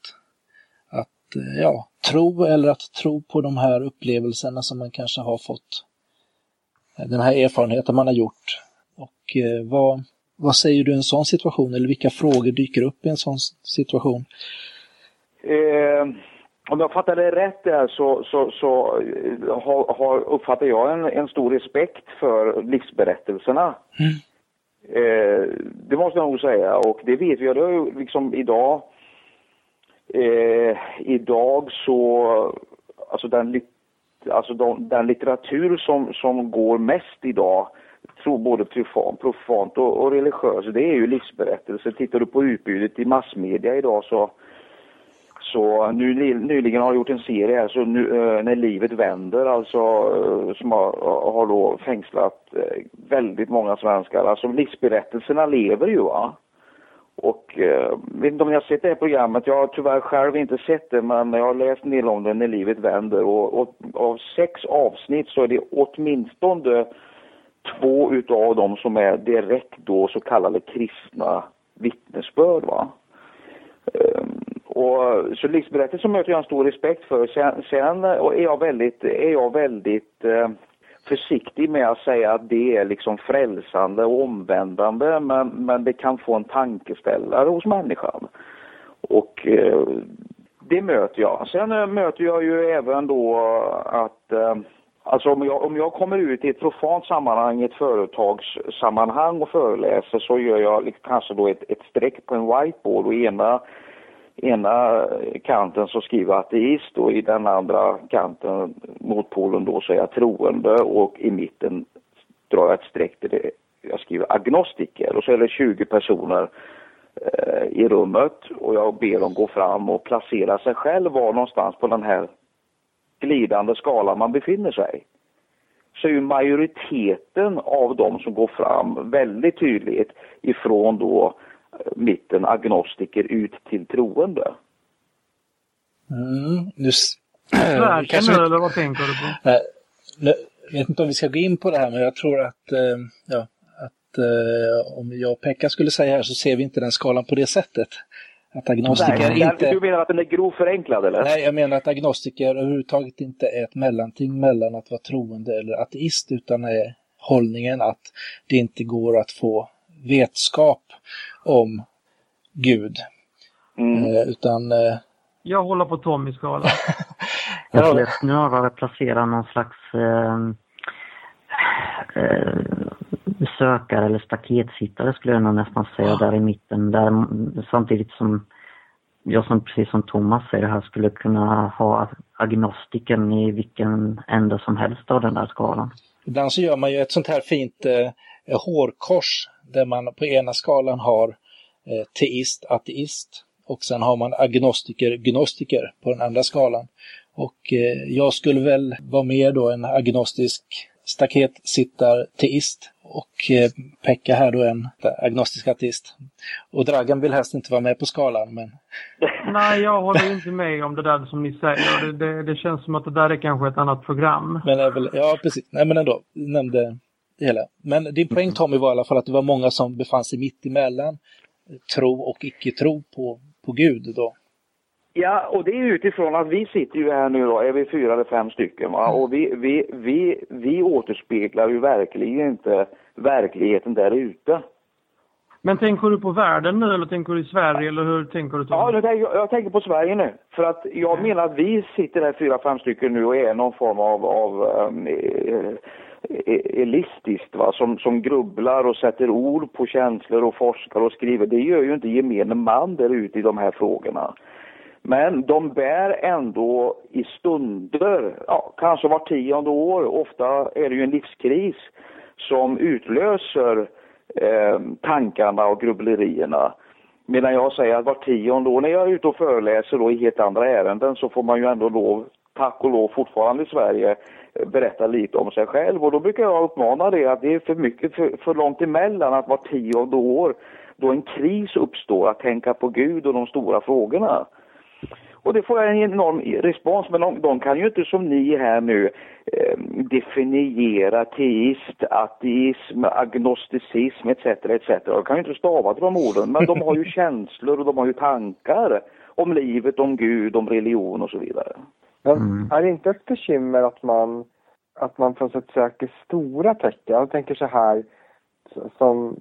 tro, eller att tro på de här upplevelserna som man kanske har fått, den här erfarenheten man har gjort. Och vad säger du i en sån situation, eller vilka frågor dyker upp i en sån situation? Om jag fattar det rätt där så uppfattar jag en stor respekt för livsberättelserna. Det måste jag nog säga, och det vet vi ju liksom idag. Idag så alltså den litteratur som går mest idag, tror både profant och religiös, det är ju livsberättelser. Tittar du på utbudet i massmedia idag så nyligen har jag gjort en serie här, så nu, när livet vänder, alltså som har då fängslat väldigt många svenskar. Alltså livsberättelserna lever ju, va? Och vet inte om jag har sett det här programmet, jag har tyvärr själv inte sett det, men jag har läst en del om det, när livet vänder, och av 6 avsnitt så är det åtminstone 2 utav dem som är direkt då så kallade kristna vittnesbörd, va? Och så livsberättelser möter jag en stor respekt för. Sen är jag väldigt försiktig med att säga att det är liksom frälsande och omvändande, men det kan få en tankeställare hos människan. Och det möter jag. Sen möter jag ju även då att alltså om jag kommer ut i ett profant sammanhang, i ett företagssammanhang och föreläser, så gör jag kanske då ett streck på en whiteboard, och ena kanten så skriver jag ateist, och i den andra kanten mot polen då så är jag troende, och i mitten drar jag ett streck där jag skriver agnostiker, och så är det 20 personer i rummet, och jag ber dem gå fram och placera sig själv var någonstans på den här glidande skalan man befinner sig. Så är ju majoriteten av dem som går fram väldigt tydligt ifrån då mitten agnostiker ut till troende. Eller vad tänker du på? Jag vet inte om vi ska gå in på det här, men jag tror att om jag och Pekka skulle säga här, så ser vi inte den skalan på det sättet. Att agnostiker inte... Du menar att den är grovt förenklad, eller? Nej, jag menar att agnostiker överhuvudtaget inte är ett mellanting mellan att vara troende eller ateist, utan är hållningen att det inte går att få vetskap om Gud. Utan... Jag håller på Tommys skala. Jag skulle snarare placera någon slags besökare eller staketsittare skulle jag nog nästan säga där i mitten. Där, samtidigt som jag precis som Thomas säger här skulle kunna ha agnostiken i vilken ände som helst av den där skalan. Ibland så gör man ju ett sånt här fint hårkors där man på ena skalan har teist, ateist och sen har man agnostiker, gnostiker på den andra skalan. Och jag skulle väl vara mer då en agnostisk staketsittar-teist och Pekka här då en agnostisk ateist. Och Dragan vill helst inte vara med på skalan, men... Nej, jag håller inte med om det där som ni säger. Det känns som att det där är kanske ett annat program. Men är väl, ja, precis. Nej, men ändå, nämnde det hela. Men din poäng, Tommy, var i alla fall att det var många som befann sig mitt emellan tro och icke-tro på Gud då. Ja, och det är utifrån att vi sitter ju här nu då, är vi 4 eller 5 stycken va? Och vi återspeglar ju verkligen inte verkligheten där ute. Men tänker du på världen nu eller tänker du i Sverige eller hur tänker du? Ja, jag tänker på Sverige nu. För att jag menar att vi sitter här 4-5 stycken nu och är någon form av elistiskt va? Som grubblar och sätter ord på känslor och forskar och skriver. Det gör ju inte gemene man där ute i de här frågorna. Men de bär ändå i stunder, kanske var 10:e år, ofta är det ju en livskris som utlöser tankarna och grubblerierna. Medan jag säger att var 10:e år, när jag är ute och föreläser då i helt andra ärenden så får man ju ändå lov, tack och lov fortfarande i Sverige, berätta lite om sig själv. Och då brukar jag uppmana det att det är för mycket, för långt emellan att var 10:e år då en kris uppstår att tänka på Gud och de stora frågorna. Och det får jag en enorm respons, men de kan ju inte som ni här nu definiera teist, ateism, agnosticism etc. De kan ju inte stava till de orden, men de har ju känslor och de har ju tankar om livet, om Gud, om religion och så vidare. Men är det inte ett bekymmer att man på något sätt söker stora tecken? Jag tänker så här, som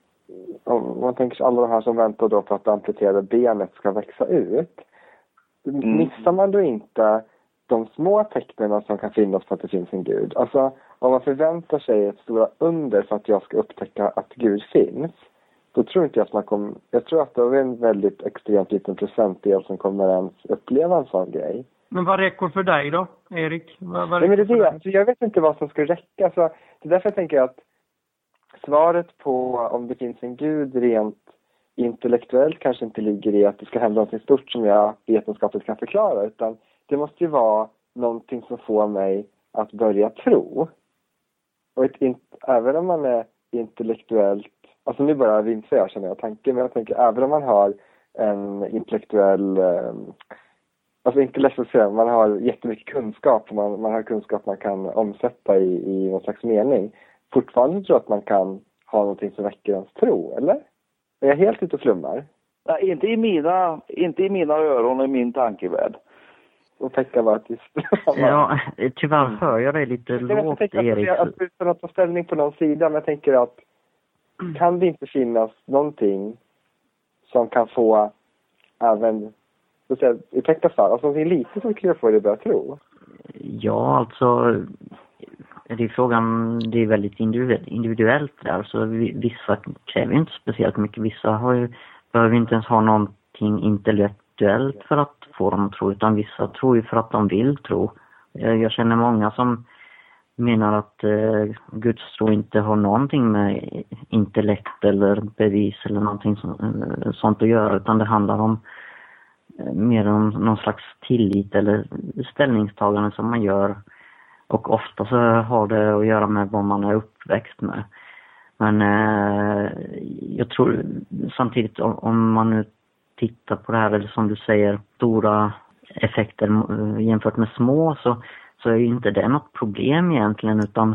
om man tänker sig alla de här som väntar då på att det amputerade benet ska växa ut. Missar man då inte de små tecknen som kan finnas på att det finns en Gud? Alltså, om man förväntar sig ett stora under för att jag ska upptäcka att Gud finns, då tror inte jag att man kommer... Jag tror att det är en väldigt extremt liten procentdel som kommer ens uppleva en sån grej. Men vad räcker för dig då, Erik? Vad men det är det. Alltså, jag vet inte vad som ska räcka. Alltså, det är därför jag tänker att svaret på om det finns en Gud rent intellektuellt kanske inte ligger i att det ska hända något stort som jag vetenskapligt kan förklara, utan det måste ju vara någonting som får mig att börja tro. Och även om man är intellektuellt, alltså nu bara vincer jag känner jag tanken, men jag tänker även om man har en intellektuell, alltså intellektuellt, man har jättemycket kunskap, man har kunskap man kan omsätta i någon slags mening, fortfarande tror jag att man kan ha någonting som väcker ens tro, eller? Är jag helt ute och flummar? Nej, inte i mina öron och i min tankevärld. Och Pekka var tyst. Ja, tyvärr hör jag dig lite lågt, Erik. Jag att ta ställning på någon sida, men jag tänker att kan det inte finnas någonting som kan få även, så att säga, i Pekkas fall, alltså någonting lite som kan få dig att börja tro? Ja, alltså det är frågan, det är väldigt individuellt där, så vissa kräver inte speciellt mycket, vissa behöver inte ens ha någonting intellektuellt för att få dem att tro, utan vissa tror ju för att de vill tro. Jag känner många som menar att Guds tro inte har någonting med intellekt eller bevis eller någonting sånt att göra, utan det handlar om mer om någon slags tillit eller ställningstagande som man gör. Och ofta så har det att göra med vad man är uppväxt med. Men jag tror samtidigt om man nu tittar på det här, eller som du säger, stora effekter jämfört med små, så är ju inte det något problem egentligen, utan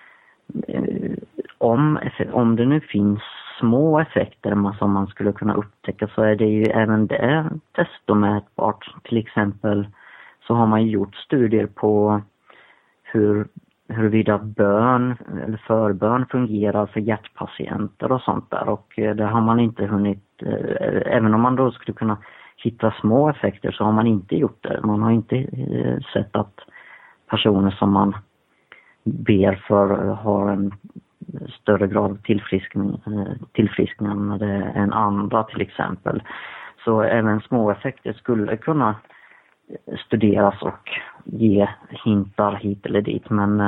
om det nu finns små effekter som man skulle kunna upptäcka, så är det ju även det testomätbart. Till exempel så har man gjort studier på huruvida bön eller förbön fungerar för hjärtpatienter och sånt där, och det har man inte hunnit, även om man då skulle kunna hitta små effekter, så har man inte gjort det. Man har inte sett att personer som man ber för har en större grad av tillfrisknande än andra till exempel. Så även små effekter skulle kunna studeras och ge hintar hit eller dit. Men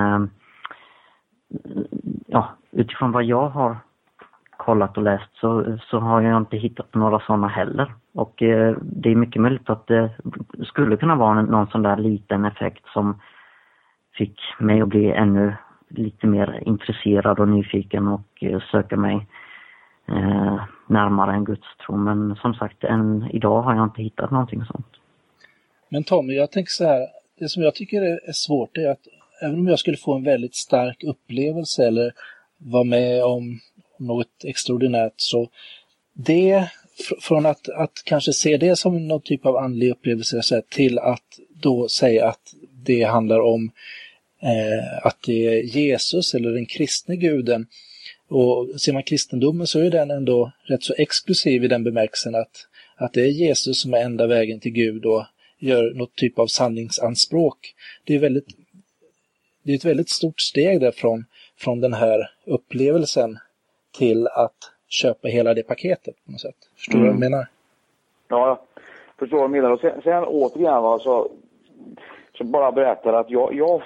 utifrån vad jag har kollat och läst så har jag inte hittat några sådana heller. Och det är mycket möjligt att det skulle kunna vara någon sån där liten effekt som fick mig att bli ännu lite mer intresserad och nyfiken och söka mig närmare en gudstro. Men som sagt, än idag har jag inte hittat någonting sånt. Men Tommy, jag tänker så här, det som jag tycker är svårt är att även om jag skulle få en väldigt stark upplevelse eller vara med om något extraordinärt, så det från att kanske se det som någon typ av andlig upplevelse så här, till att då säga att det handlar om att det är Jesus eller den kristne guden. Och ser man kristendomen så är den ändå rätt så exklusiv i den bemärkelsen att det är Jesus som är enda vägen till Gud och gör något typ av sanningsanspråk. Det är ett väldigt stort steg där från den här upplevelsen till att köpa hela det paketet på något sätt. Förstår du vad jag menar? Ja, jag förstår vad jag menar. Och sen återigen alltså, så bara berättar att jag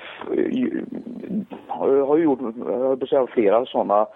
har gjort flera sådana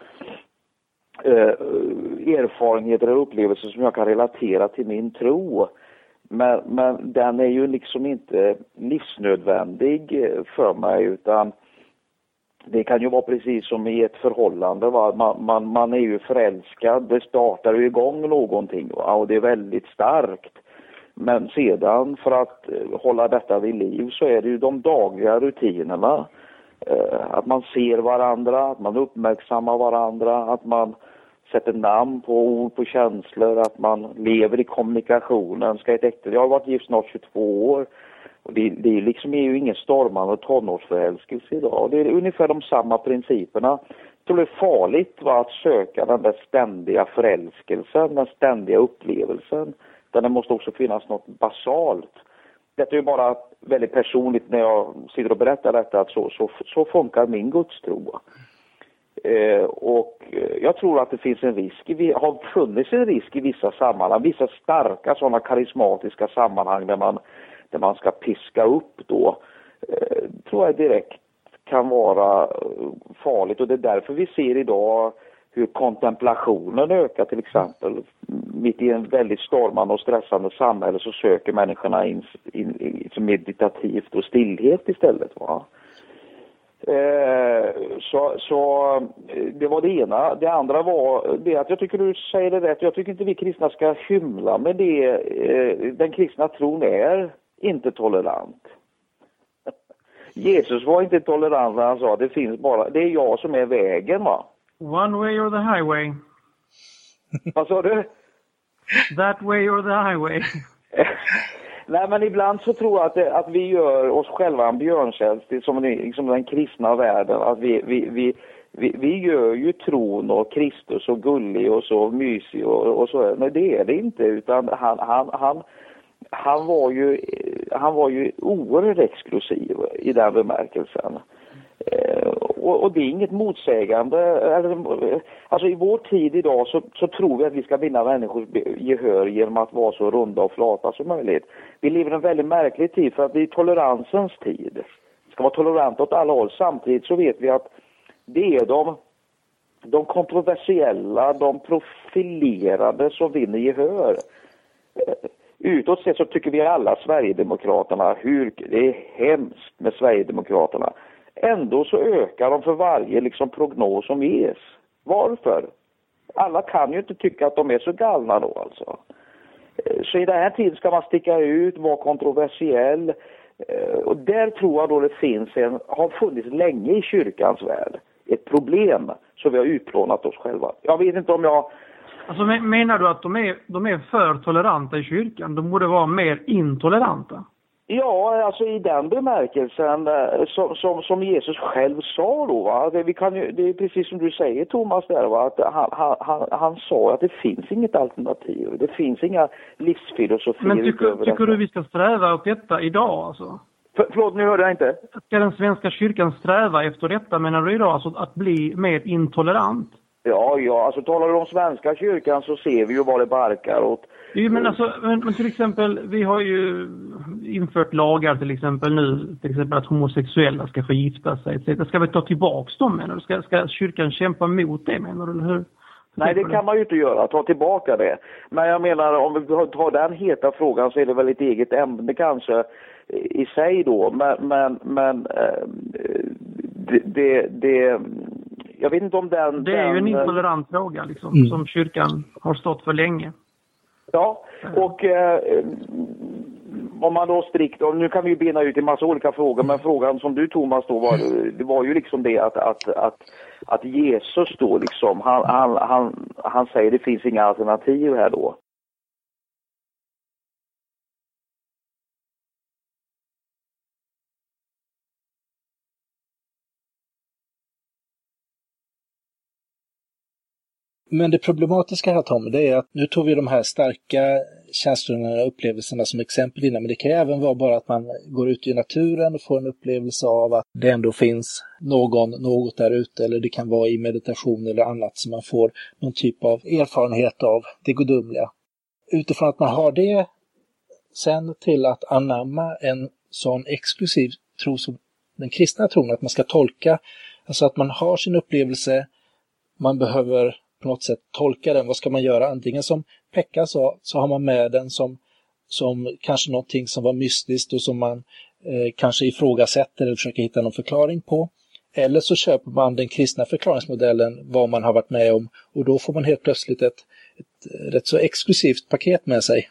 erfarenheter och upplevelser som jag kan relatera till min tro. Men den är ju liksom inte livsnödvändig för mig, utan det kan ju vara precis som i ett förhållande. Va? Man är ju förälskad, det startar ju igång någonting, va? Och det är väldigt starkt. Men sedan för att hålla detta vid liv så är det ju de dagliga rutinerna. Att man ser varandra, att man uppmärksammar varandra, att man sätter namn på ord, på känslor, att man lever i kommunikationen. Jag har varit gift snart 22 år och det är liksom är ju ingen stormande tonårsförälskelse idag. Det är ungefär de samma principerna. Jag tror det är farligt att söka den där ständiga förälskelsen, den ständiga upplevelsen. Där det måste också finnas något basalt. Detta är ju bara väldigt personligt när jag sitter och berättar detta, att så funkar min gudstro. Och jag tror att det finns en risk, har funnits en risk i vissa sammanhang, vissa starka sådana karismatiska sammanhang där man ska piska upp då, tror jag direkt kan vara farligt. Och det är därför vi ser idag hur kontemplationen ökar till exempel. Mitt i en väldigt stormande och stressande samhälle så söker människorna in meditativt och stillhet istället, va? Så det var det ena. Det andra var det att jag tycker du säger det rätt. Jag tycker inte vi kristna ska hymla med det. Den kristna tron är inte tolerant. Jesus var inte tolerant när han sa att det är jag som är vägen, va? One way or the highway. Vad sa du? That way or the highway. Nej, men ibland så tror jag att vi gör oss själva en björntjänst som den kristna världen. Att vi gör ju tron och Kristus så gullig och så mysig och så. Nej, det är det inte, utan han var ju oerhört exklusiv i den bemärkelsen. Och det är inget motsägande. Alltså i vår tid idag så tror vi att vi ska vinna människors gehör genom att vara så runda och flata som möjligt. Vi lever i en väldigt märklig tid för att det är toleransens tid. Det ska vara tolerant åt alla håll. Samtidigt så vet vi att det är de kontroversiella, de profilerade som vinner gehör. Utåt sett så tycker vi alla Sverigedemokraterna det är hemskt med Sverigedemokraterna. Ändå så ökar de för varje prognos som ges. Varför? Alla kan ju inte tycka att de är så galna då alltså. Så i den här tiden ska man sticka ut, vara kontroversiell. Och där tror jag då det har funnits länge i kyrkans värld ett problem som vi har utplånat oss själva. Jag vet inte om jag... Alltså menar du att de är för toleranta i kyrkan? De borde vara mer intoleranta? Ja, alltså i den bemärkelsen som Jesus själv sa då, va? Det är precis som du säger, Thomas, där, va? Att han sa att det finns inget alternativ. Det finns inga livsfilosofier. Men tycker du vi ska sträva åt detta idag alltså? Förlåt, nu hörde jag inte. Ska den svenska kyrkan sträva efter detta, menar du idag? Alltså att bli mer intolerant? Ja, alltså talar du om svenska kyrkan så ser vi ju vad det barkar åt. Jo, men till exempel, vi har ju infört lagar till exempel nu, till exempel att homosexuella ska få gifta sig, etc. Ska vi ta tillbaka dem, menar du? Ska kyrkan kämpa mot det, menar du, eller hur? Nej, det kan man ju inte göra, ta tillbaka det. Men jag menar, om vi tar den heta frågan så är det väl ett eget ämne kanske i sig då. Men jag vet inte om den... Det är ju en intolerant fråga liksom, som kyrkan har stått för länge. Ja, och om man då strikt, och nu kan vi ju bena ut i massa olika frågor, men frågan som du, Thomas, då det var ju liksom det att Jesus då liksom, han säger det finns inga alternativ här då. Men det problematiska här, Tom, det är att nu tog vi de här starka känslorna och upplevelserna som exempel innan, men det kan ju även vara bara att man går ut i naturen och får en upplevelse av att det ändå finns något där ute, eller det kan vara i meditation eller annat som man får någon typ av erfarenhet av det gudomliga. Utifrån att man har det sen till att anamma en sån exklusiv tro som den kristna tron, att man ska tolka, alltså att man har sin upplevelse, man behöver på något sätt tolka den. Vad ska man göra? Antingen som Pekka sa, så har man med den som kanske någonting som var mystiskt och som man kanske ifrågasätter eller försöker hitta någon förklaring på. Eller så köper man den kristna förklaringsmodellen, vad man har varit med om, och då får man helt plötsligt ett rätt så exklusivt paket med sig.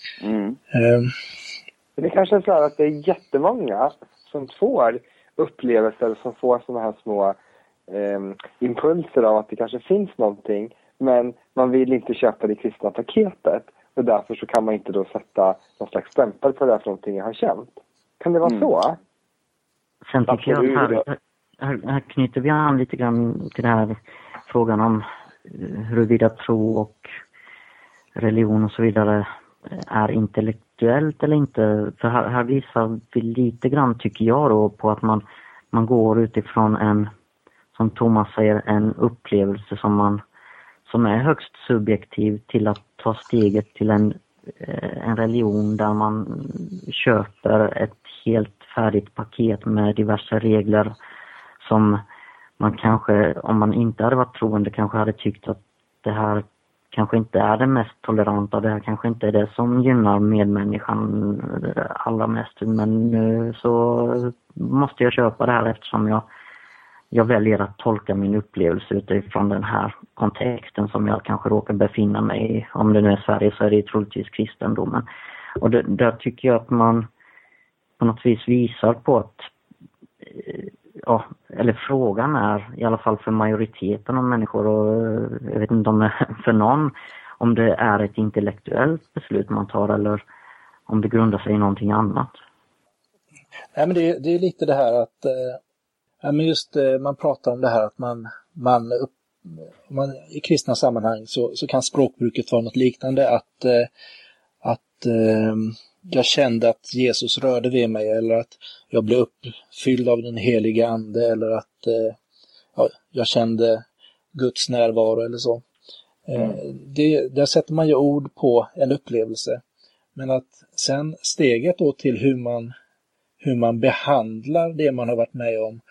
Det kanske är så här att det är jättemånga som får upplevelser, som får sådana här små impulser av att det kanske finns någonting, men man vill inte köpa det kristna paketet, och därför så kan man inte då sätta någon slags stämpel på det för någonting jag har känt. Kan det vara så? Sen tycker jag att här knyter vi an lite grann till den här frågan om huruvida tro och religion och så vidare är intellektuellt eller inte. För här visar vi lite grann, tycker jag då, på att man går utifrån en, som Thomas säger, en upplevelse som är högst subjektiv, till att ta steget till en religion där man köper ett helt färdigt paket med diverse regler som man kanske, om man inte hade varit troende, kanske hade tyckt att det här kanske inte är det mest toleranta, det här kanske inte är det som gynnar medmänniskan allra mest, men nu så måste jag köpa det här eftersom jag väljer att tolka min upplevelse utifrån den här kontexten som jag kanske råkar befinna mig i. Om det nu är Sverige så är det troligtvis kristendomen. Och där tycker jag att man på något vis visar på att, ja, eller frågan är, i alla fall för majoriteten av människor, och jag vet inte om det är för någon, om det är ett intellektuellt beslut man tar eller om det grundar sig i någonting annat. Nej, men det är lite det här att men just man pratar om det här att man i kristna sammanhang så kan språkbruket vara något liknande, att jag kände att Jesus rörde vid mig, eller att jag blev uppfylld av den heliga ande, eller att jag kände Guds närvaro eller så. Där sätter man ju ord på en upplevelse, men att sen steget då till hur man behandlar det man har varit med om,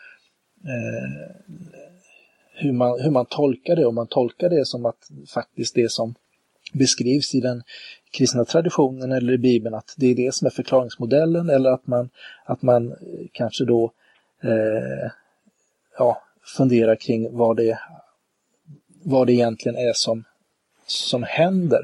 hur man tolkar det, om man tolkar det som att faktiskt det som beskrivs i den kristna traditionen eller i Bibeln, att det är det som är förklaringsmodellen, eller att man kanske då funderar kring vad det egentligen är som händer.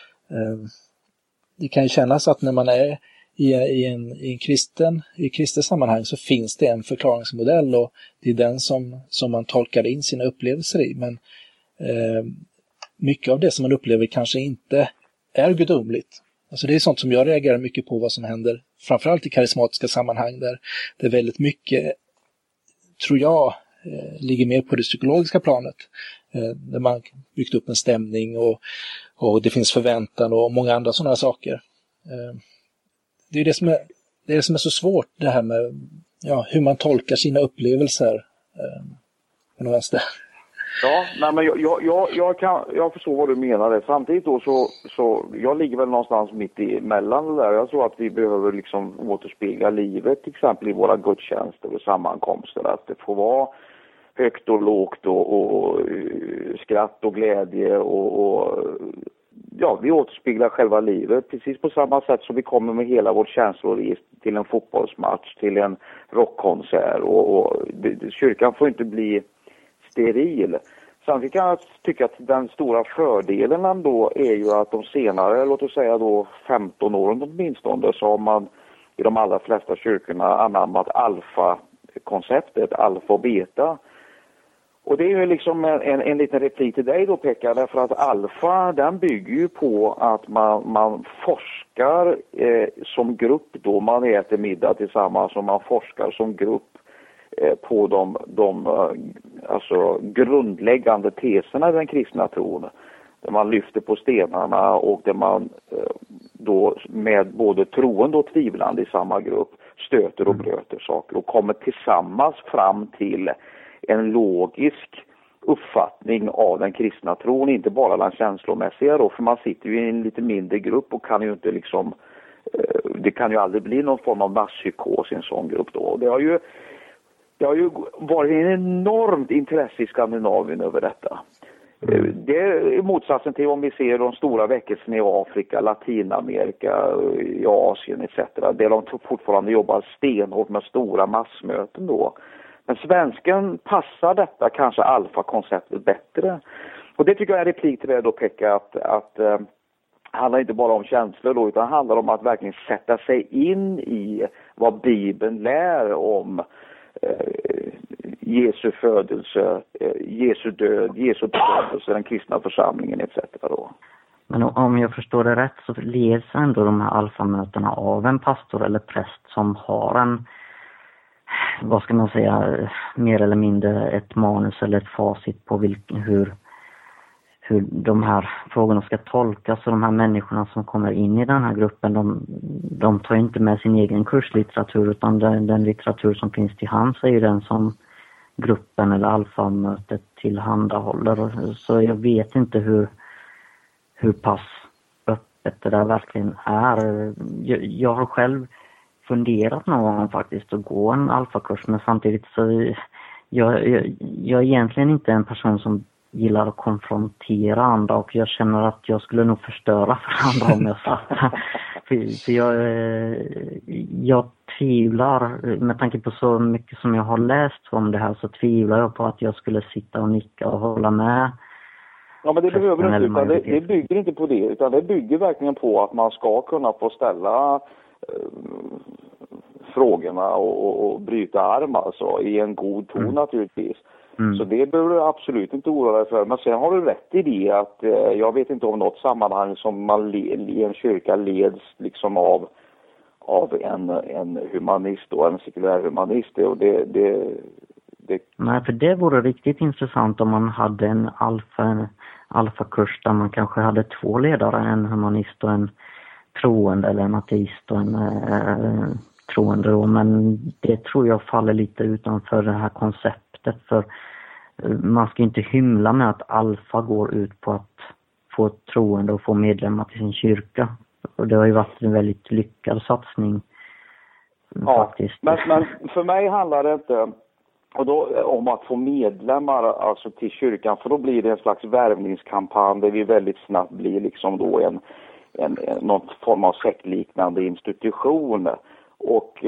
Det kan ju kännas att när man är i en kristen sammanhang så finns det en förklaringsmodell, och det är den som man tolkar in sina upplevelser i, men mycket av det som man upplever kanske inte är gudomligt. Alltså det är sånt som jag reagerar mycket på, vad som händer framförallt i karismatiska sammanhang, där det är väldigt mycket, tror jag, ligger mer på det psykologiska planet, där man byggt upp en stämning och det finns förväntan och många andra sådana saker. Det är det som är det är det som är så svårt, det här med hur man tolkar sina upplevelser på något vänster. Ja, nej, men jag förstår vad du menar. Samtidigt då så jag ligger väl någonstans mitt emellan det där. Jag tror att vi behöver liksom återspegla livet, till exempel i våra gudstjänster och sammankomster. Att det får vara högt och lågt och skratt och glädje och vi återspeglar själva livet. Precis på samma sätt som vi kommer med hela vårt känsloregister till en fotbollsmatch, till en rockkonsert. Och kyrkan får inte bli steril. Samtidigt kan jag tycka att den stora fördelen ändå är ju att de senare, låt oss säga då 15 åren åtminstone, så har man i de allra flesta kyrkorna anammat alfa-konceptet, alfa och beta. Och det är ju liksom en liten replik till dig då, Pekka, därför att alfa, den bygger ju på att man forskar som grupp då, man äter middag tillsammans och man forskar som grupp på de alltså grundläggande teserna i den kristna tron. Där man lyfter på stenarna och där man då med både troende och tvivlande i samma grupp stöter och bröter saker och kommer tillsammans fram till en logisk uppfattning av den kristna tron, inte bara den känslomässiga då, för man sitter ju i en lite mindre grupp och kan ju inte liksom, det kan ju aldrig bli någon form av masspsykos i en sån grupp då. Det har ju varit en enormt intresse i Skandinavien över detta. Det är motsatsen till om vi ser de stora väckelserna i Afrika, Latinamerika, i Asien etc. Där de fortfarande jobbar stenhårt med stora massmöten då. Men svensken passar detta kanske alfa-konceptet bättre. Och det tycker jag är en replik till det då, Pekka, att handlar inte bara om känslor då, utan handlar om att verkligen sätta sig in i vad Bibeln lär om Jesu födelse, Jesu död, Jesu födelse, den kristna församlingen etc. då. Men om jag förstår det rätt så leds ändå de här alfamötena av en pastor eller präst som har en, vad ska man säga, mer eller mindre ett manus eller ett facit på hur de här frågorna ska tolkas, och de här människorna som kommer in i den här gruppen, de tar inte med sin egen kurslitteratur, utan den litteratur som finns till hands är ju den som gruppen eller alfamötet tillhandahåller. Så jag vet inte hur pass öppet det där verkligen är. Jag har själv funderat någon gång faktiskt att gå en alfakurs, men samtidigt så jag är egentligen inte en person som gillar att konfrontera andra, och jag känner att jag skulle nog förstöra för andra om jag satt. För jag tvivlar, med tanke på så mycket som jag har läst om det här, så tvivlar jag på att jag skulle sitta och nicka och hålla med. Ja, men det behöver inte, utan det bygger inte på det, utan det bygger verkligen på att man ska kunna få ställa frågorna och bryta arm alltså, i en god ton naturligtvis. Så det behöver du absolut inte oroa dig för. Men sen har du rätt i det att jag vet inte om något sammanhang som man i en kyrka leds liksom av en humanist och en sekulär humanist. Och det... Nej, för det vore riktigt intressant om man hade en alfakurs där man kanske hade 2 ledare, en humanist och en troende, eller en ateist och en troende då. Men det tror jag faller lite utanför det här konceptet, för man ska inte hymla med att alfa går ut på att få troende och få medlemmar till sin kyrka. Och det har ju varit en väldigt lyckad satsning. Ja, faktiskt. Men för mig handlar det inte om att få medlemmar alltså till kyrkan, för då blir det en slags värvningskampanj där vi väldigt snabbt blir liksom då någon form av sektliknande institution. Och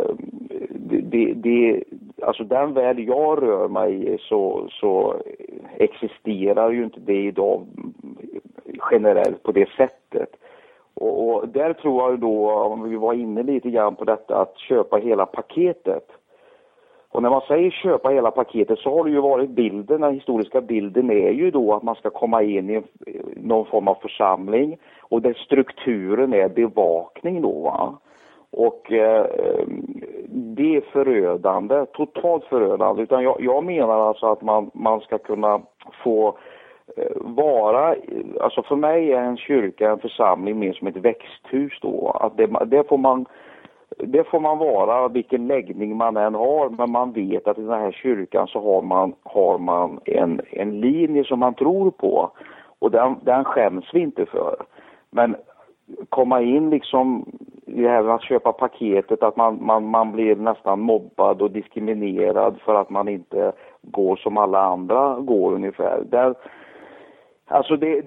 alltså den värld jag rör mig i så existerar ju inte det idag generellt på det sättet. Och där tror jag då, om vi var inne lite grann på detta, att köpa hela paketet. Och när man säger köpa hela paketet så har det ju varit bilden, den historiska bilden är ju då att man ska komma in i någon form av församling och där strukturen är bevakning då, va. Och det är förödande, totalt förödande. Utan jag menar alltså att man ska kunna få vara, alltså för mig är en kyrka, en församling mer som ett växthus då. Att det får man det får man vara, vilken läggning man än har, men man vet att i den här kyrkan så har man en linje som man tror på, och den skäms vi inte för. Men komma in liksom i det här att köpa paketet, att man blir nästan mobbad och diskriminerad för att man inte går som alla andra går ungefär. Alltså det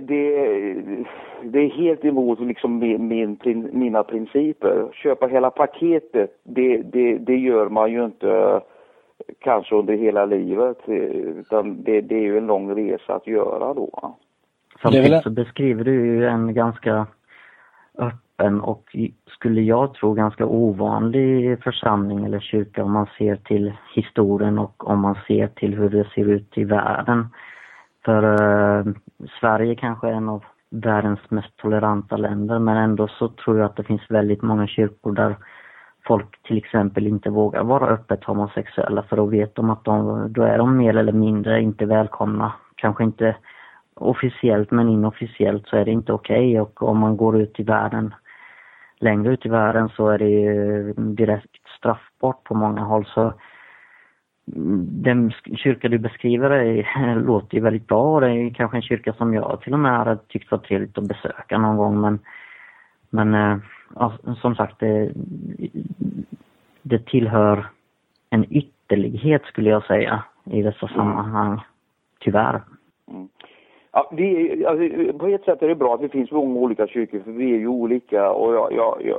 är helt emot liksom mina principer. Köpa hela paketet, det gör man ju inte kanske under hela livet, utan det är ju en lång resa att göra då. Samtidigt så beskriver du ju en ganska öppen och, skulle jag tro, ganska ovanlig församling eller kyrka om man ser till historien och om man ser till hur det ser ut i världen. För Sverige kanske är en av världens mest toleranta länder, men ändå så tror jag att det finns väldigt många kyrkor där folk till exempel inte vågar vara öppet homosexuella, för då vet de att då är de mer eller mindre inte välkomna. Kanske inte officiellt, men inofficiellt så är det inte okej. Och om man går ut i världen, längre ut i världen, så är det ju direkt straffbart på många håll. Så den kyrka du beskriver låter ju väldigt bra, och det är kanske en kyrka som jag till och med hade tyckt var trevligt att besöka någon gång, men ja, som sagt, det tillhör en ytterlighet, skulle jag säga, i dessa sammanhang, tyvärr. Mm. Ja, alltså, på ett sätt är det bra att det finns många olika kyrkor, för vi är ju olika, och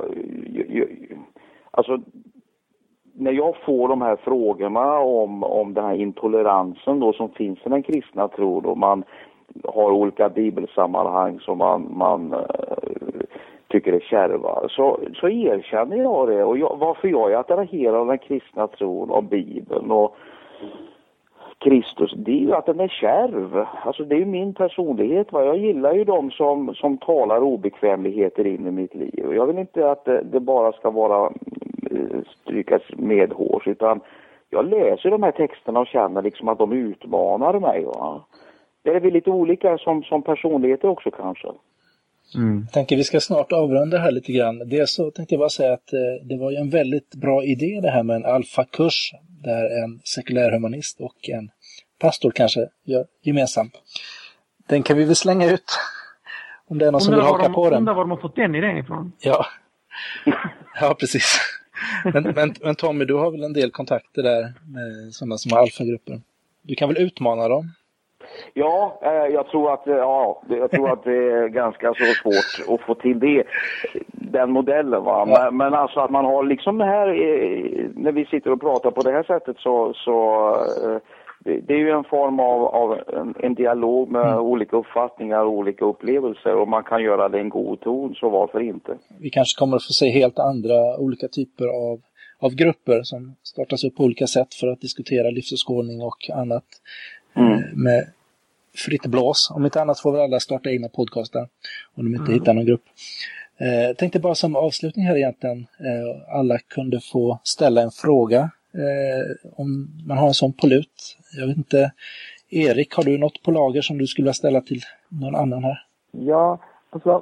alltså när jag får de här frågorna om den här intoleransen då som finns i den kristna tron, och man har olika bibelsammanhang som man tycker är kärva, så erkänner jag det. Och varför jag är attraherad av den kristna tron, av Bibeln och Kristus, det är ju att den är kärv. Alltså det är ju min personlighet. Jag gillar ju de som talar obekvämligheter in i mitt liv. Jag vill inte att det bara ska vara strykas medhårs, utan jag läser de här texterna och känner liksom att de utmanar mig. Va? Det är väl lite olika som personligheter också kanske. Jag tänker vi ska snart avrunda här lite grann. Det så tänkte jag bara säga att det var ju en väldigt bra idé det här med en alfakurs där en sekulärhumanist och en pastor kanske gör gemensamt. Den kan vi väl slänga ut om det är någon som vill haka på den. Undrar var de har fått den idén ifrån. Ja, precis. Men Tommy, du har väl en del kontakter där med sådana som har alfagrupper. Du kan väl utmana dem? Ja, jag tror att det är ganska så svårt att få till den modellen, va. Ja. Men alltså att man har liksom det här, när vi sitter och pratar på det här sättet, så det är ju en form av en dialog med olika uppfattningar och olika upplevelser, och man kan göra det i en god ton, så varför inte? Vi kanske kommer att få se helt andra olika typer av grupper som startas upp på olika sätt för att diskutera livsåskådning och annat. Med fritt blås. Om inte annat får väl alla starta egna podcastar om de inte hittar någon grupp. Tänkte bara som avslutning här egentligen, alla kunde få ställa en fråga om man har en sån på lut. Jag vet inte, Erik, har du något på lager som du skulle vilja ställa till någon annan här? Ja, alltså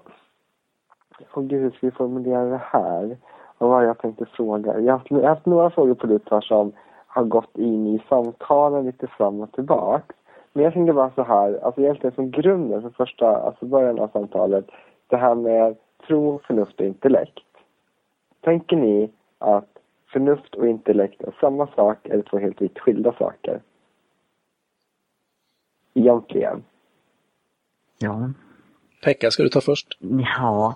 hur ska vi formulera det här? Och vad jag tänkte fråga. Jag har haft några frågor på lut här som har gått in i samtalen lite fram och tillbaka. Men jag tänkte bara så här, alltså egentligen som grunden för första, alltså början av samtalet, det här med tro, förnuft och intellekt. Tänker ni att förnuft och intellekt är samma sak eller två helt vitt skilda saker? Egentligen. Ja. Pekka, ska du ta först? Ja,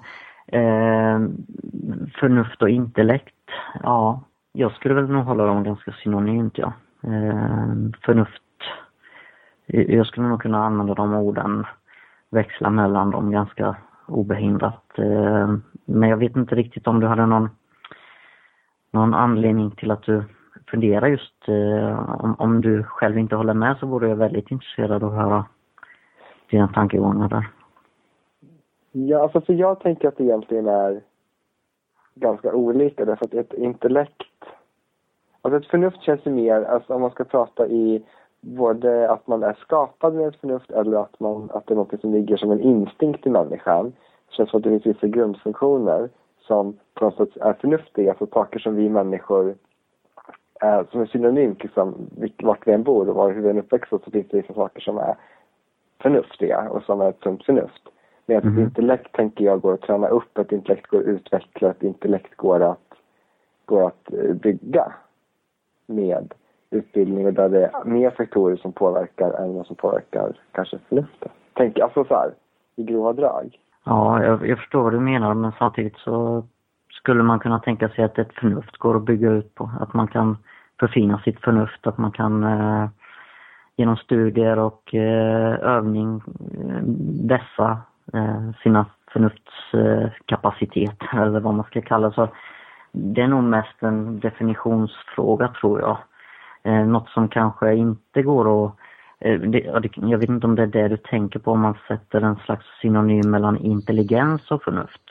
förnuft och intellekt, ja. Jag skulle väl nog hålla dem ganska synonymt, ja. Förnuft, jag skulle nog kunna använda de orden, växla mellan dem ganska obehindrat. Men jag vet inte riktigt om du hade någon anledning till att du funderar just, om du själv inte håller med, så vore jag väldigt intresserad av att höra dina tankegångar där. Ja, alltså för jag tänker att det egentligen är ganska olika, därför att ett intellekt, alltså ett förnuft känns ju mer, alltså om man ska prata i både att man är skapad med ett förnuft eller att det är något som ligger som en instinkt i människan, känns som att det finns vissa grundfunktioner som på något sätt är förnuftiga, alltså saker som vi människor som är synonymt liksom, vart vi än bor och hur vi än uppväxer, så finns det vissa saker som är förnuftiga och som är ett sunt förnuft. Men ett intellekt, tänker jag, går att träna upp, ett intellekt går att utveckla, ett intellekt går att bygga med utbildning, och där det är mer faktorer som påverkar än vad som påverkar kanske förnuftet. Tänk alltså så här, i grova drag. Ja, jag förstår vad du menar, men samtidigt så skulle man kunna tänka sig att ett förnuft går att bygga ut på. Att man kan förfina sitt förnuft, att man kan genom studier och övning vässa sina förnuftskapacitet, eller vad man ska kalla det. Så det är nog mest en definitionsfråga, tror jag. Något som kanske inte går att... jag vet inte om det är det du tänker på, om man sätter en slags synonym mellan intelligens och förnuft.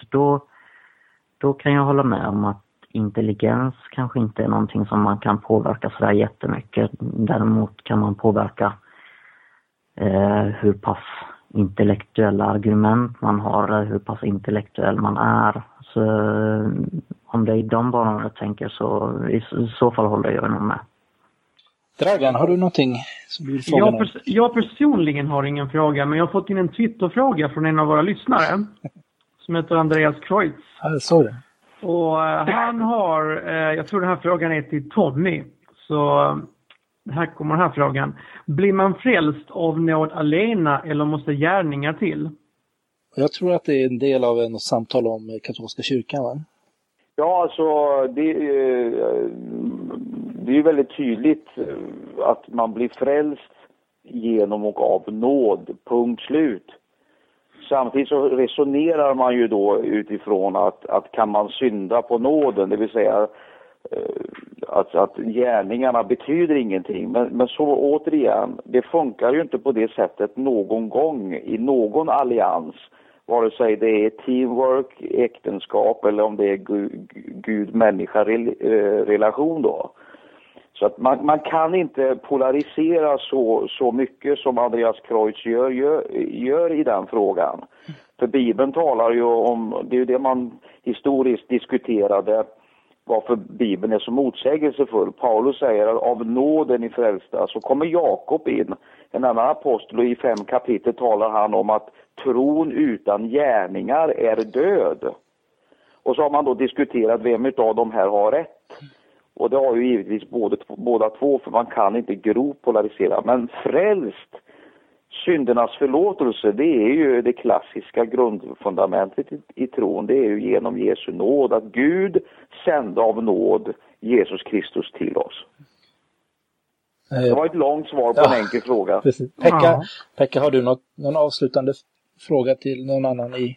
Då kan jag hålla med om att intelligens kanske inte är någonting som man kan påverka så där jättemycket. Däremot kan man påverka hur pass intellektuella argument man har, hur pass intellektuell man är. Så om det är i de banorna jag tänker, så i så fall håller jag nog med. Dragan, har du någonting som du vill fråga? Jag personligen har ingen fråga, men jag har fått in en Twitterfråga från en av våra lyssnare som heter Andreas Kreutz. Ja, jag såg det. Och han har, jag tror den här frågan är till Tommy, så här kommer den här frågan. Blir man frälst av nåd alena eller måste gärningar till? Jag tror att det är en del av en samtal om katolska kyrkan, va? Ja, alltså det är ju väldigt tydligt att man blir frälst genom och av nåd, punkt slut. Samtidigt så resonerar man ju då utifrån att kan man synda på nåden, det vill säga att gärningarna betyder ingenting. Men så återigen, det funkar ju inte på det sättet någon gång i någon allians. Vare sig det är teamwork, äktenskap eller om det är Gud-människa-relation då. Så att man kan inte polarisera så mycket som Andreas Kreutz gör i den frågan. För Bibeln talar ju om, det är ju det man historiskt diskuterade, varför Bibeln är så motsägelsefull. Paulus säger att av nåden i frälsta, så kommer Jakob in, en annan apostel, och i 5 kapitel talar han om att tron utan gärningar är död. Och så har man då diskuterat vem utav de här har rätt. Och det har ju givetvis båda två, för man kan inte grovt polarisera. Men frälst, syndernas förlåtelse, det är ju det klassiska grundfundamentet i tron. Det är ju genom Jesu nåd, att Gud sände av nåd Jesus Kristus till oss. Det var ett långt svar på en enkel fråga. Precis. Pekka, har du någon avslutande fråga till någon annan i?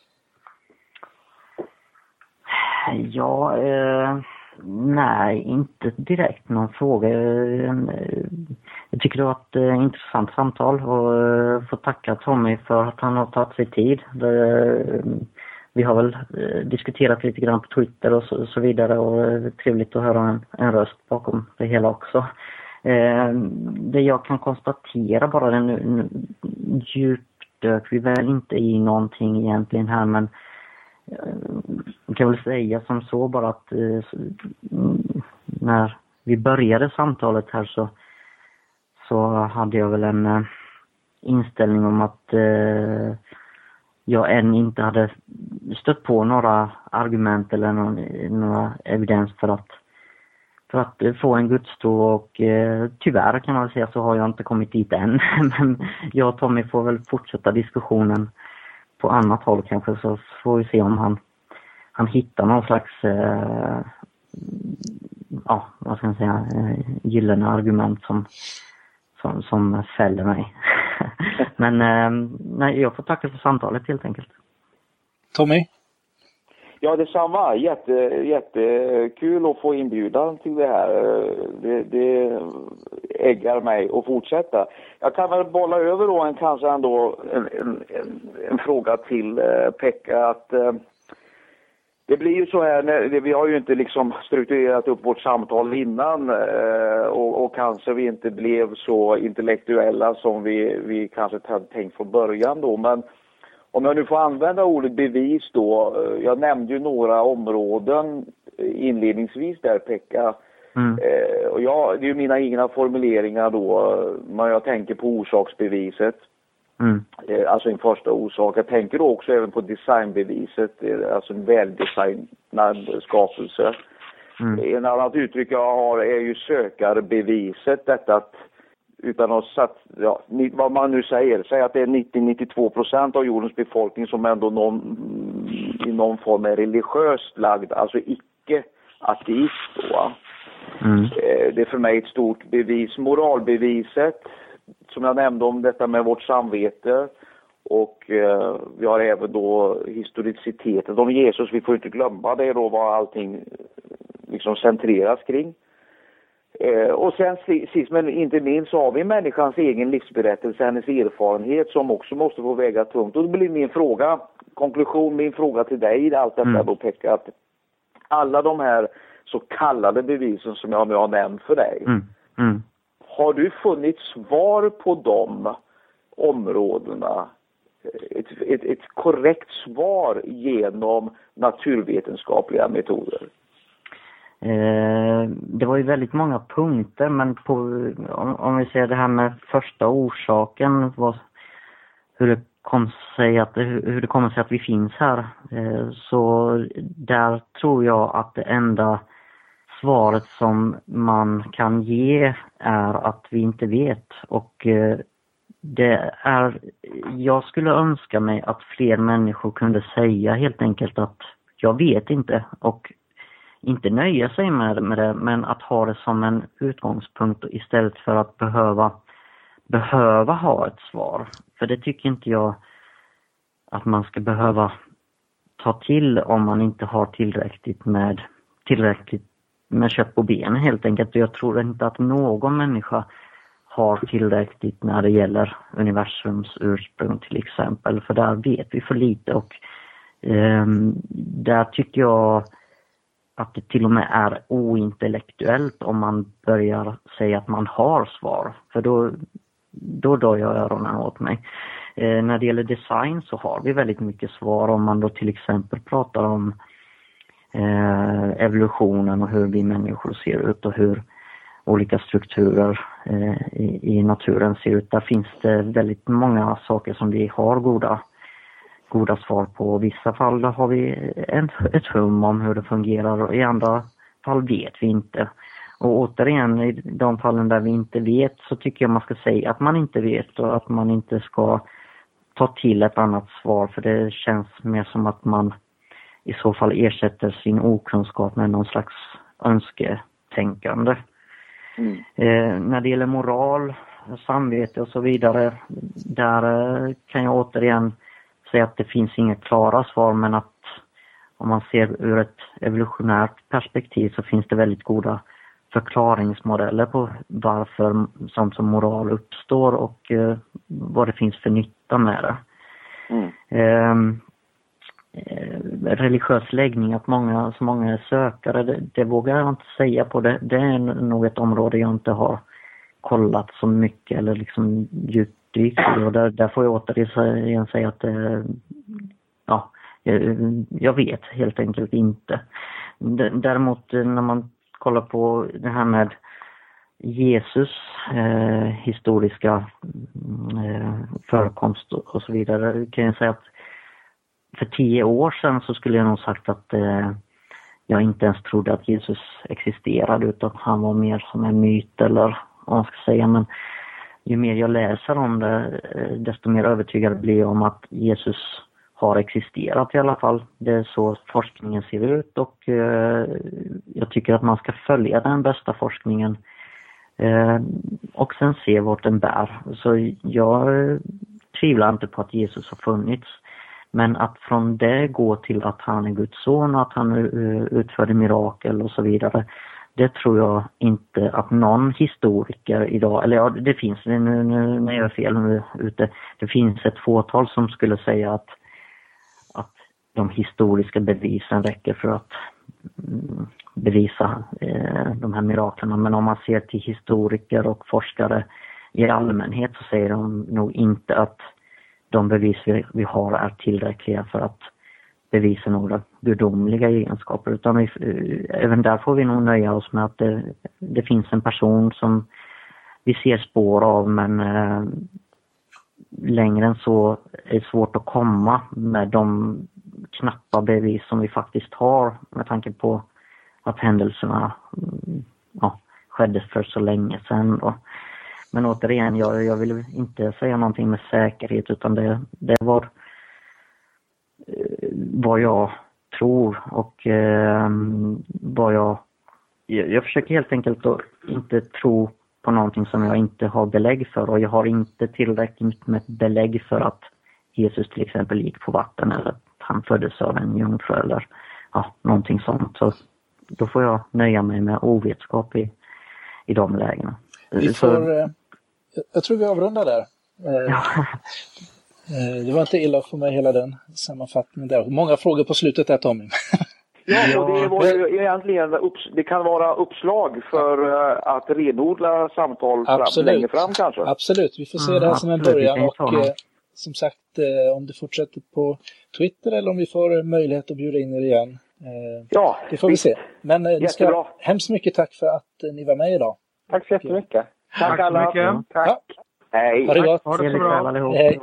Ja, nej, inte direkt någon fråga. Jag tycker det var ett intressant samtal, och får tacka Tommy för att han har tagit sig tid. Vi har väl diskuterat lite grann på Twitter och så vidare, och det är trevligt att höra en röst bakom det hela också. Det jag kan konstatera bara, nu djupdök vi väl inte i någonting egentligen här, men jag kan väl säga som så bara att när vi började samtalet här så hade jag väl en inställning om att jag än inte hade stött på några argument eller några evidens för att få en gudstro, och tyvärr kan man säga så har jag inte kommit dit än. Men jag och Tommy får väl fortsätta diskussionen på annat håll kanske, så får vi se om han hittar någon slags vad ska jag säga, gyllene argument som fäller mig. Men nej, jag får tacka för samtalet helt enkelt. Tommy? Ja, detsamma. Jättekul att få inbjudan till det här. Det äggar mig att fortsätta. Jag kan väl bolla över då en fråga till Pekka, att det blir ju så här, vi har ju inte liksom strukturerat upp vårt samtal innan, och kanske vi inte blev så intellektuella som vi kanske hade tänkt från början då, men om jag nu får använda ordet bevis då, jag nämnde ju några områden inledningsvis där, Pekka. Och det är ju mina egna formuleringar då, när jag tänker på orsaksbeviset. Alltså en första orsak. Jag tänker då också även på designbeviset, alltså en väldesignad skapelse. En annat uttryck jag har är ju sökarbeviset, detta att utan att vad man nu säger att det är 90-92% av jordens befolkning som ändå i någon form är religiöst lagd, alltså icke-ateist då. Det är för mig ett stort bevis. Moralbeviset, som jag nämnde om detta med vårt samvete, och vi har även då historiciteten om Jesus. Vi får inte glömma det då, vad allting liksom centreras kring. Och sen sist men inte minst så har vi människans egen livsberättelse, hennes erfarenhet, som också måste få väga tungt. Och då blir min fråga till dig i allt detta då, Pekka, att alla de här så kallade bevisen som jag nu har nämnt för dig, har du funnit svar på de områdena, ett korrekt svar genom naturvetenskapliga metoder? Det var ju väldigt många punkter, men om vi ser det här med första orsaken, hur det kommer sig att vi finns här, så där tror jag att det enda svaret som man kan ge är att vi inte vet. Och jag skulle önska mig att fler människor kunde säga helt enkelt att jag vet inte, och inte nöja sig med det, men att ha det som en utgångspunkt istället för att behöva ha ett svar. För det tycker inte jag att man ska behöva ta till om man inte har tillräckligt med kött på benen helt enkelt. Och jag tror inte att någon människa har tillräckligt när det gäller universums ursprung till exempel. För där vet vi för lite, och där tycker jag att det till och med är ointellektuellt om man börjar säga att man har svar. För då drar jag öronen åt mig. När det gäller design så har vi väldigt mycket svar om man då till exempel pratar om evolutionen och hur vi människor ser ut och hur olika strukturer i naturen ser ut. Där finns det väldigt många saker som vi har goda svar på. I vissa fall har vi ett hum om hur det fungerar, och i andra fall vet vi inte. Och återigen, i de fallen där vi inte vet så tycker jag man ska säga att man inte vet, och att man inte ska ta till ett annat svar, för det känns mer som att man i så fall ersätter sin okunskap med någon slags önsketänkande. När det gäller moral, samvete och så vidare, där kan jag återigen säga att det finns inga klara svar, men att om man ser ur ett evolutionärt perspektiv så finns det väldigt goda förklaringsmodeller på varför sånt som moral uppstår och vad det finns för nytta med det. Religiös läggning, att så många är sökare, det vågar jag inte säga på. Det är nog ett område jag inte har kollat så mycket eller liksom djupdykt i, och där får jag återigen säga att jag vet helt enkelt inte. Däremot när man kollar på det här med Jesus historiska förekomst och så vidare, kan jag säga att för 10 år sedan så skulle jag nog sagt att jag inte ens trodde att Jesus existerade, utan han var mer som en myt eller vad man ska säga. Men ju mer jag läser om det, desto mer övertygad blir jag om att Jesus har existerat i alla fall. Det är så forskningen ser ut, och jag tycker att man ska följa den bästa forskningen och sen se vart den bär. Så jag tvivlar inte på att Jesus har funnits. Men att från det gå till att han är Guds son och att han utförde mirakel och så vidare, det tror jag inte att någon historiker idag, eller ja, det finns, nu när jag är fel nu ute, det finns ett fåtal som skulle säga att de historiska bevisen räcker för att bevisa de här miraklerna. Men om man ser till historiker och forskare i allmänhet så säger de nog inte att de bevis vi har är tillräckliga för att bevisa några gudomliga egenskaper. Utan även där får vi nog nöja oss med att det finns en person som vi ser spår av, men längre än så är det svårt att komma med de knappa bevis som vi faktiskt har, med tanke på att händelserna skedde för så länge sedan då. Men återigen, jag vill inte säga någonting med säkerhet, utan det var vad jag tror och vad jag försöker helt enkelt att inte tro på någonting som jag inte har belägg för, och jag har inte tillräckligt med belägg för att Jesus till exempel gick på vatten eller att han föddes av en jungfru eller någonting sånt. Så då får jag nöja mig med ovetskap i de lägena. Jag tror vi avrundar där. Det var inte illa att få med hela den sammanfattningen där. Många frågor på slutet där, Tommy. Ja, och det var ju egentligen det kan vara uppslag för att renodla samtal längre fram kanske. Absolut, vi får se det här som en början. Och som sagt, om det fortsätter på Twitter eller om vi får möjlighet att bjuda in er igen. Det får vi se. Men hemskt mycket tack för att ni var med idag. Tack så jättemycket. Tack alla. Mycket. Tack. Ja. Hej. Ha det gott. Ha det så bra. Hej.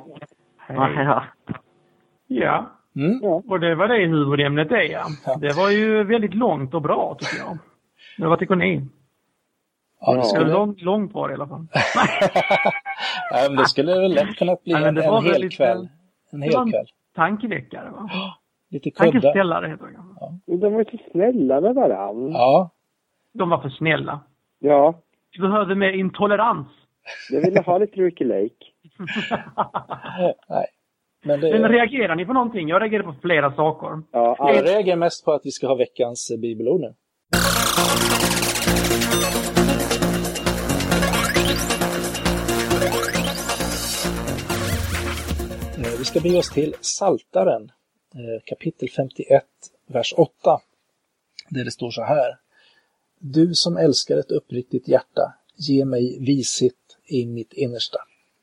Ja. Och det var det huvudämnet är. Ja. Det var ju väldigt långt och bra, tycker jag. Men vad tycker ni? Ja, det skulle långt var det i alla fall. Nej, men det skulle väl lätt kunna bli en hel kväll. En hel kväll. Tankeväckare, va? Lite kudda. Tankeställare heter det. Ja. De var så snälla med varandra. Ja. De var för snälla. Ja. Vi behöver mer intolerans. Jag ville ha lite Ricky Lake. Nej. Men reagerar ni på någonting? Jag reagerar på flera saker. Ja, jag reagerar mest på att vi ska ha veckans bibelord nu. Vi ska bege oss till Psaltaren, kapitel 51, vers 8. Där det står så här: Du som älskar ett uppriktigt hjärta, ge mig vishet i mitt innersta.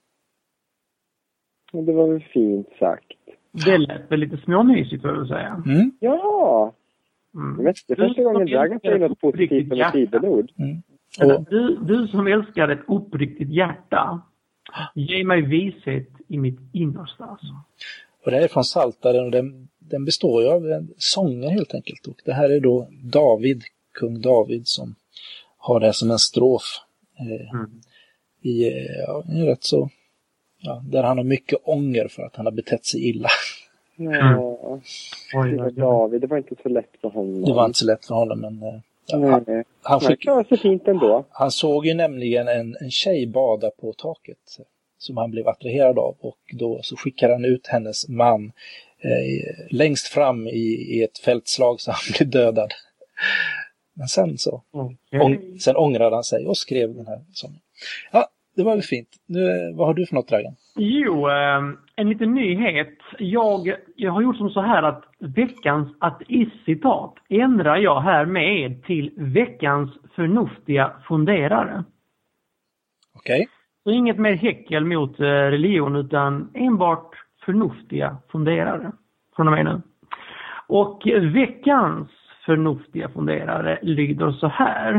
Det var väl fint sagt. Det lät väl lite småmysigt, för att säga. Mm. Ja. Det är första gången Dragan säger något positivt med bibelord. Du som älskar ett uppriktigt hjärta, ge mig vishet i mitt innersta. Alltså. Och det är från Psaltaren, och den består ju av sånger helt enkelt. Och det här är då kung David, som har det som en strof i rätt så, där han har mycket ånger för att han har betett sig illa. Ja, det var David, det var inte så lätt för honom. Det var inte så lätt för honom, men han klarade sig fint ändå. Han såg ju nämligen en tjej bada på taket som han blev attraherad av, och då så skickade han ut hennes man längst fram i ett fältslag så han blev dödad. Men sen så sen ångrade han sig och skrev den här sången. Ja, det var väl fint. Nu, vad har du för något, Dragan? Jo, en liten nyhet. Jag har gjort som så här att veckans ateistcitat ändrar jag här med till veckans förnuftiga funderare. Okej. Så inget mer häckel mot religion, utan enbart förnuftiga funderare från och med nu. Och veckans förnuftiga funderare lyder så här: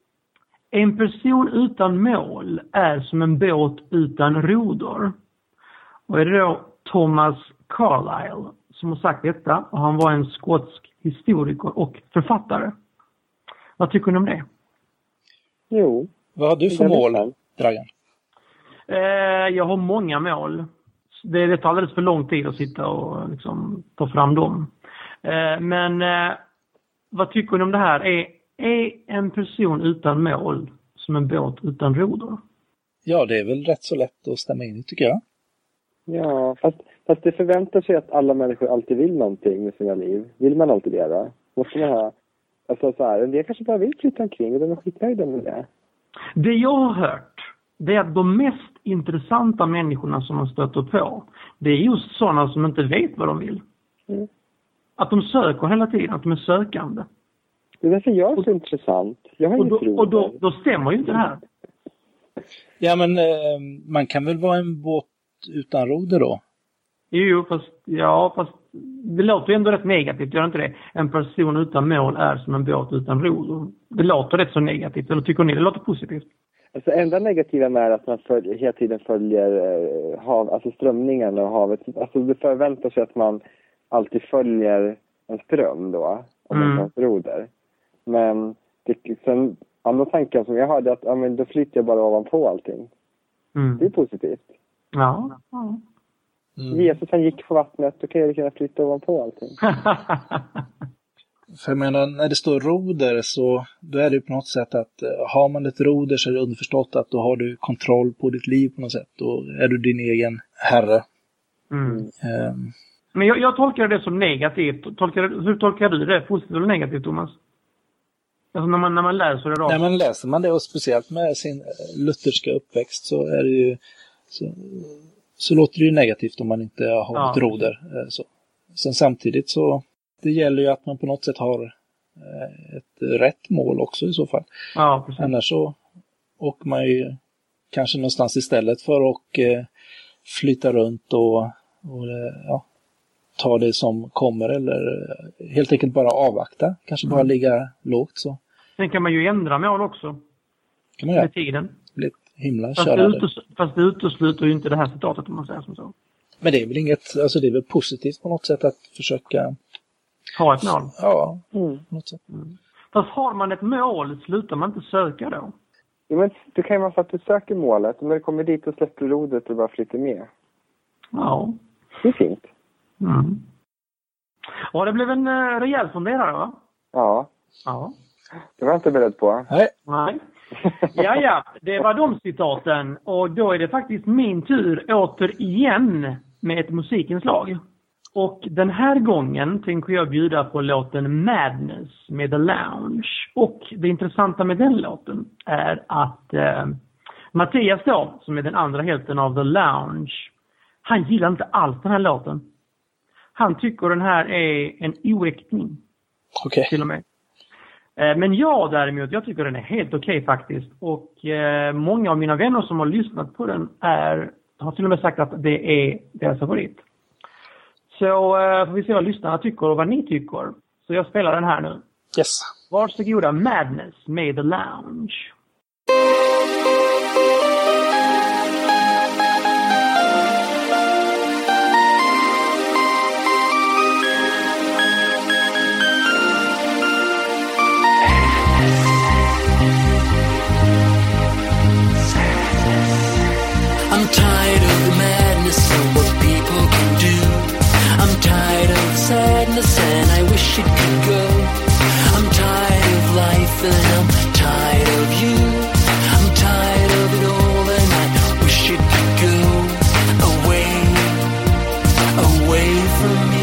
en person utan mål är som en båt utan roder. Och är det då Thomas Carlyle som har sagt detta, och han var en skotsk historiker och författare. Vad tycker ni om det? Jo. Vad har du för mål, Dragan? Jag har många mål. Det tar alldeles för lång tid att sitta och liksom ta fram dem. Men vad tycker ni om det här? Är en person utan mål som en båt utan roder? Ja, det är väl rätt så lätt att stämma in i, tycker jag. Ja, fast det förväntar sig att alla människor alltid vill någonting med sina liv. Vill man alltid det då? Måste man ha... Alltså så här, en del kanske bara vill flytta omkring och de är skitnöjda med det. Det jag har hört, det är att de mest intressanta människorna som man stöter på, det är just sådana som inte vet vad de vill. Mm. Att de söker hela tiden, att de är sökande. Det är därför jag är så intressant. Jag har och då stämmer ju inte det här. Ja, men man kan väl vara en båt utan roder då? Jo, fast det låter ju ändå rätt negativt, gör inte det? En person utan mål är som en båt utan roder. Det låter rätt så negativt, eller tycker ni det låter positivt? Alltså enda negativa är att man hela tiden följer alltså strömningen och havet. Alltså det förväntar sig att man alltid följer en ström då, om man har ett roder. Men sen andra tankar som jag hade att då flyttar jag bara ovanpå allting. Det är positivt. Ja. Jesus han gick på vattnet, då kan jag kunna flytta ovanpå allting. För jag menar, när det står roder så då är det på något sätt att har man ett roder så är det underförstått att då har du kontroll på ditt liv på något sätt. Då är du din egen herre. Men jag tolkar det som negativt. Hur tolkar du det? Positivt eller negativt, Thomas? Alltså när man läser det rakt. Nej, men läser man det och speciellt med sin lutherska uppväxt så är det ju så låter det ju negativt om man inte har ett roder. Så. Sen samtidigt så det gäller ju att man på något sätt har ett rätt mål också i så fall. Ja, precis. Annars så åker man ju kanske någonstans istället för att flytta runt och ta det som kommer eller helt enkelt bara avvakta. Kanske bara ligga lågt så. Sen kan man ju ändra mål också. Kan man göra. Med tiden. Bli himla fast det utesluter ju inte det här citatet om man säger som så. Men det är väl inget, alltså det är väl positivt på något sätt att försöka ha ett mål. Ja, på något sätt. Fast har man ett mål slutar man inte söka då? Ja, men det kan ju vara så att du söker målet och när du kommer dit och släpper rodret och bara flyttar med. Ja. Det är fint. Och det blev en rejäl funderare, va? Ja. Det var jag inte beredd på. Nej. Ja, det var de citaten. Och då är det faktiskt min tur återigen med ett musikinslag. Och den här gången tänker jag bjuda på låten Madness med The Lounge. Och det intressanta med den låten är att Mattias då, som är den andra hälften av The Lounge, han gillar inte alls den här låten. Han tycker den här är en oäktning. Okej. Till och med. Men jag däremot, jag tycker den är helt okej faktiskt. Och många av mina vänner som har lyssnat på den har till och med sagt att det är deras favorit. Så får vi se vad lyssnarna tycker och vad ni tycker. Så jag spelar den här nu. Yes. Varsågoda, Madness med The Lounge. I'm tired of the madness and what people can do. I'm tired of the sadness and I wish it could go. I'm tired of life and I'm tired of you. I'm tired of it all and I wish it could go away, away from me.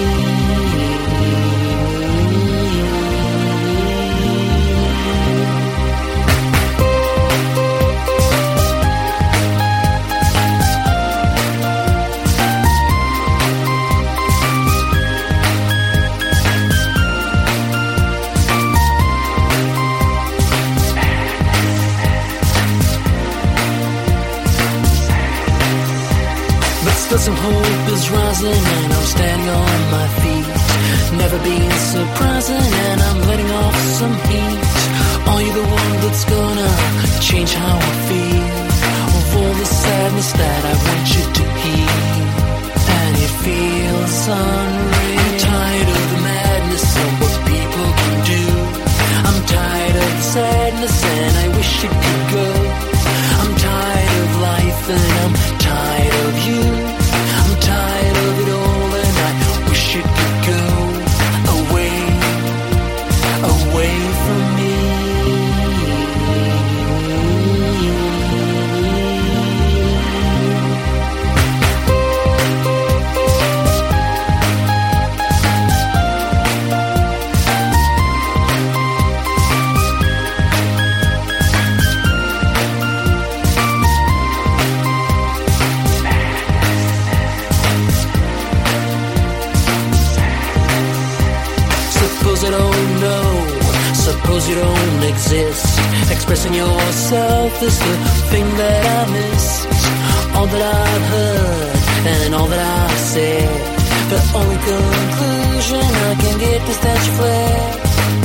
Some hope is rising and I'm standing on my feet. Never been surprising and I'm letting off some heat. Are you the one that's gonna change how I feel? Of all the sadness that I want you to heal. And it feels unreal. I'm tired of the madness and what people can do. I'm tired of the sadness and I wish it could go. I'm tired of life and I'm tired of you. I'm tired of it all and I wish it could go away, away from me. Suppose you don't exist. Expressing yourself is the thing that I miss. All that I've heard than all that I said. The only conclusion I can get is that you fled.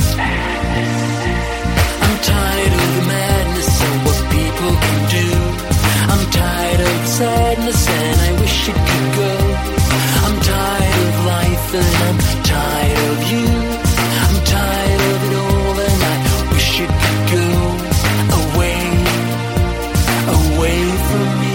I'm tired of the madness and what people can do. I'm tired of sadness and I wish it could go. I'm tired of life and I'm tired of you. I'm tired of it all and I wish it could go away, away from me.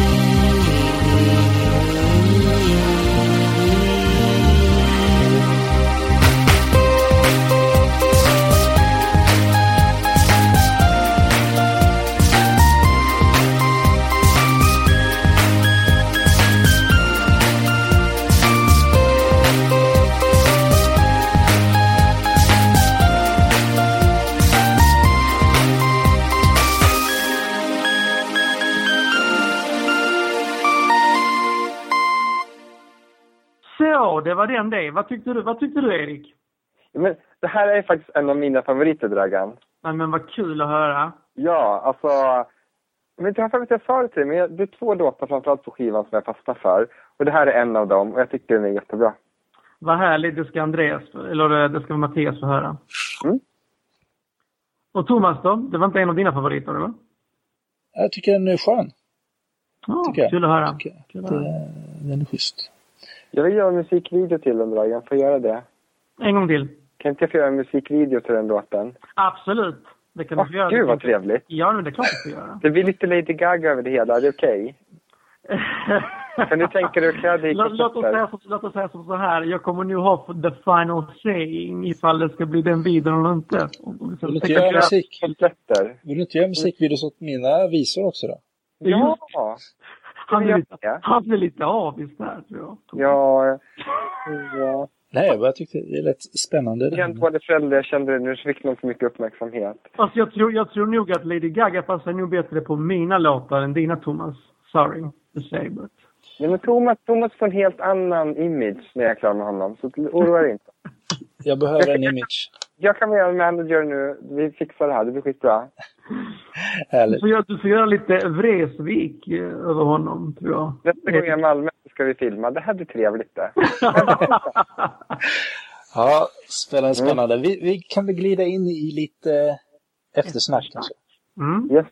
Det var den det. Vad tyckte du Erik? Men det här är faktiskt en av mina favoriter, Dragan. Men vad kul att höra. Ja, alltså... Men jag har faktiskt jag sa det till mig. Det är 2 låtar framförallt på skivan som jag fastnar för. Och det här är en av dem och jag tycker den är jättebra. Vad härligt, det ska Andreas, eller det ska Mattias få höra. Mm. Och Thomas då? Det var inte en av dina favoriter, eller? Jag tycker den är skön. Ja, kul att höra. Den är schysst. Jag vill göra en musikvideo till den, Dragan. Får jag göra det? En gång till. Kan inte jag få göra en musikvideo till den låten? Absolut. Det kan du få göra. Gud vad trevligt. Ja, men det är klart du får göra. Det blir lite Lady Gaga över det hela. Är det okej? Kan du tänka dig att klä dig i Låt oss säga så här. Jag kommer nu ha the final saying ifall det ska bli den videon eller inte. Vill du inte göra musikvideos åt mina visor också då? Ja! Han blir lite avis där, tror jag. Ja. Nej, jag tyckte det är rätt spännande. Jag var det föräldrar, jag kände det nu så fick någon för mycket uppmärksamhet. Alltså jag tror nog att Lady Gaga passar nog bättre på mina låtar än dina, Thomas. Sorry to say, but... Nej, men Thomas får en helt annan image när jag är klar med honom, så oroa dig inte. Jag behöver en image. Jag kan vara manager nu, vi fixar det här, det blir skitbra. Härligt. Du får göra lite Vresvik över honom, tror jag. Nästa gång jag är i Malmö ska vi filma, det här blir trevligt det. Ja, spännande. Vi kan väl glida in i lite eftersnack kanske. Yes.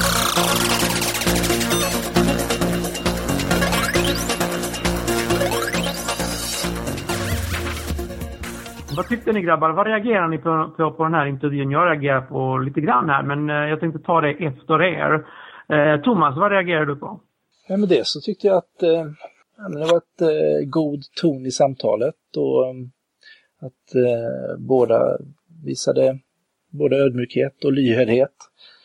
Vad tyckte ni grabbar? Vad reagerar ni på den här intervjun? Jag reagerar på lite grann här, men jag tänkte ta det efter er. Thomas, vad reagerar du på? Ja, med det så tyckte jag att det var ett god ton i samtalet och att båda visade både ödmjukhet och lyhördhet.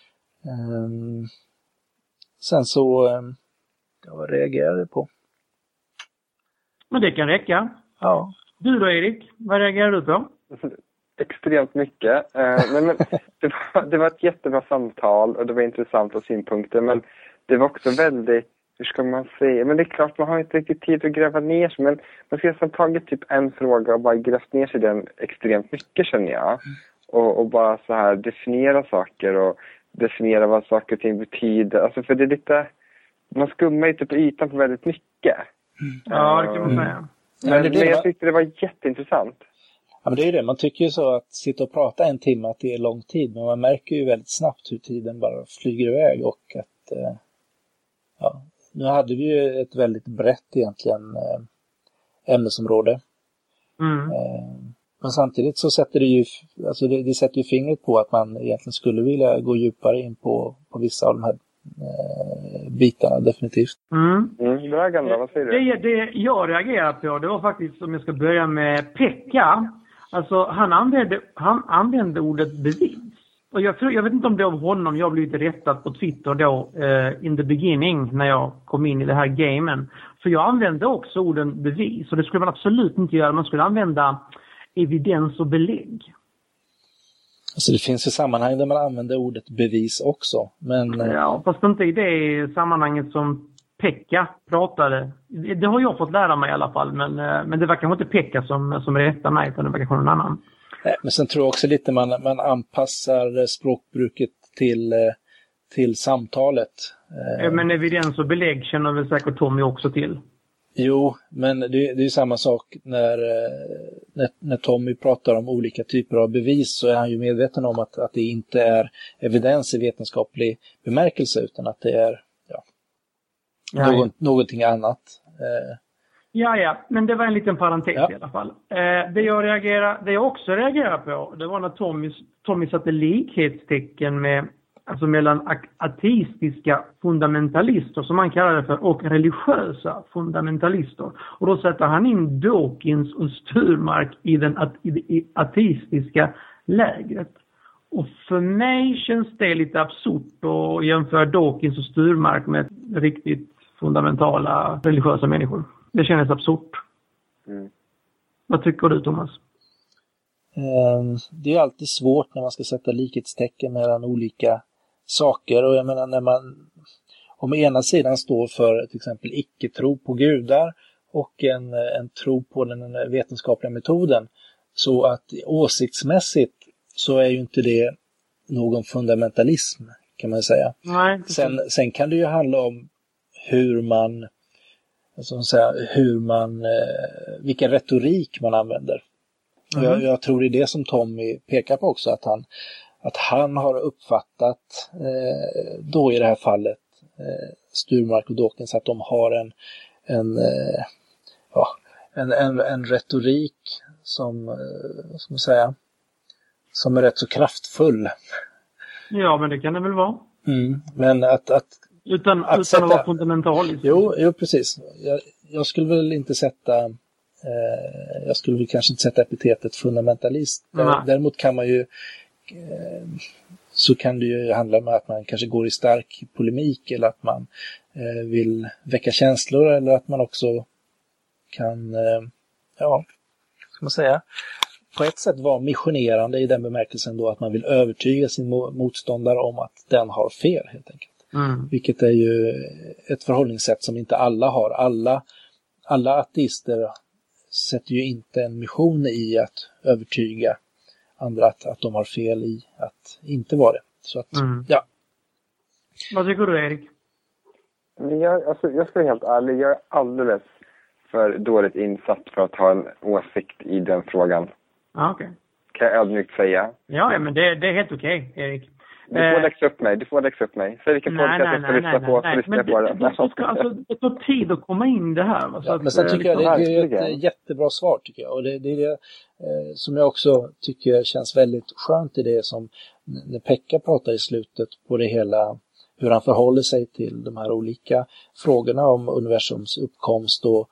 Sen så jag reagerade på. Men det kan räcka. Ja. Du då Erik, vad reagerar du på? Extremt mycket. Men det var ett jättebra samtal och det var intressanta synpunkter. Men det var också väldigt, hur ska man säga? Men det är klart, man har inte riktigt tid att gräva ner sig. Men man ska ha tagit typ en fråga och bara grävt ner sig den extremt mycket, känner jag. Och bara så här definiera saker och definiera vad saker och ting betyder. Alltså för det är lite, man skummar ju typ på ytan på väldigt mycket. Ja, det kan man säga. Men jag tyckte det var jätteintressant. Ja, men det är det. Man tycker ju så att sitta och prata en timme att det är lång tid. Men man märker ju väldigt snabbt hur tiden bara flyger iväg. Och att, nu hade vi ju ett väldigt brett egentligen ämnesområde. Men samtidigt så sätter det ju, alltså det sätter ju fingret på att man egentligen skulle vilja gå djupare in på vissa av de här bitarna, definitivt. Dragan då, vad säger du? Det jag reagerar på, det var faktiskt, om jag ska börja med Pekka. Alltså han använde ordet bevis. Och jag vet inte om det var honom, jag blev lite rättad på Twitter då in the beginning när jag kom in i det här gamen. För jag använde också orden bevis, och det skulle man absolut inte göra. Man skulle använda evidens och belägg. Alltså det finns ju sammanhang där man använder ordet bevis också. Men... Ja, fast inte i det sammanhanget som Pekka pratade. Det har jag fått lära mig i alla fall. Men det var kanske inte Pekka som rättar mig, utan det var kanske någon annan. Men sen tror jag också lite man anpassar språkbruket till samtalet. Men evidens och belägg känner väl säkert Tommy också till. Jo, men det är samma sak när Tommy pratar om olika typer av bevis, så är han ju medveten om att det inte är evidens i vetenskaplig bemärkelse, utan att det är någonting annat. Ja, men det var en liten parentes i alla fall. Det jag också reagerar på, det var när Tommy satte likhetstecken mellan ateistiska fundamentalister, som man kallar det för, och religiösa fundamentalister. Och då sätter han in Dawkins och Sturmark i det ateistiska lägret. Och för mig känns det lite absurt att jämföra Dawkins och Sturmark med riktigt fundamentala religiösa människor. Det känns absurt. Mm. Vad tycker du, Thomas? Det är alltid svårt när man ska sätta likhetstecken mellan olika saker. Och jag menar, när man om ena sidan står för till exempel icke-tro på gudar och en tro på den vetenskapliga metoden, så att åsiktsmässigt så är ju inte det någon fundamentalism, kan man säga. Nej. Sen kan det ju handla om vilken retorik man använder. Mm. Jag tror det är det som Tommy pekar på också, att han har uppfattat då i det här fallet Sturmark och Dawkins, att de har en retorik som är rätt så kraftfull. Ja, men det kan det väl vara. Men att utan att vara fundamentaliskt. Jo, precis. Jag skulle väl inte sätta jag skulle väl kanske inte sätta epitetet fundamentalist. Däremot kan man ju så kan det ju handla om att man kanske går i stark polemik, eller att man vill väcka känslor, eller att man också kan ska man säga, på ett sätt vara missionerande i den bemärkelsen då att man vill övertyga sin motståndare om att den har fel, helt enkelt. Vilket är ju ett förhållningssätt som inte alla har. Alla ateister sätter ju inte en mission i att övertyga andra att de har fel i att inte vara det. Så att, ja. Vad tycker du, Erik? Jag ska vara helt ärlig, jag är alldeles för dåligt insatt för att ha en åsikt i den frågan. Okej. Kan jag ödmjukt säga. Ja, men det är helt okej, Erik. Du får läxa upp mig. Säg vilken podcast jag ska lyssna på, så lyssnar jag på den. Det tar tid att komma in det här. Ja, men sen tycker jag det är ett jättebra svar, tycker jag. Och det är det som jag också tycker känns väldigt skönt i det som när Pekka pratar i slutet på det hela, hur han förhåller sig till de här olika frågorna om universums uppkomst och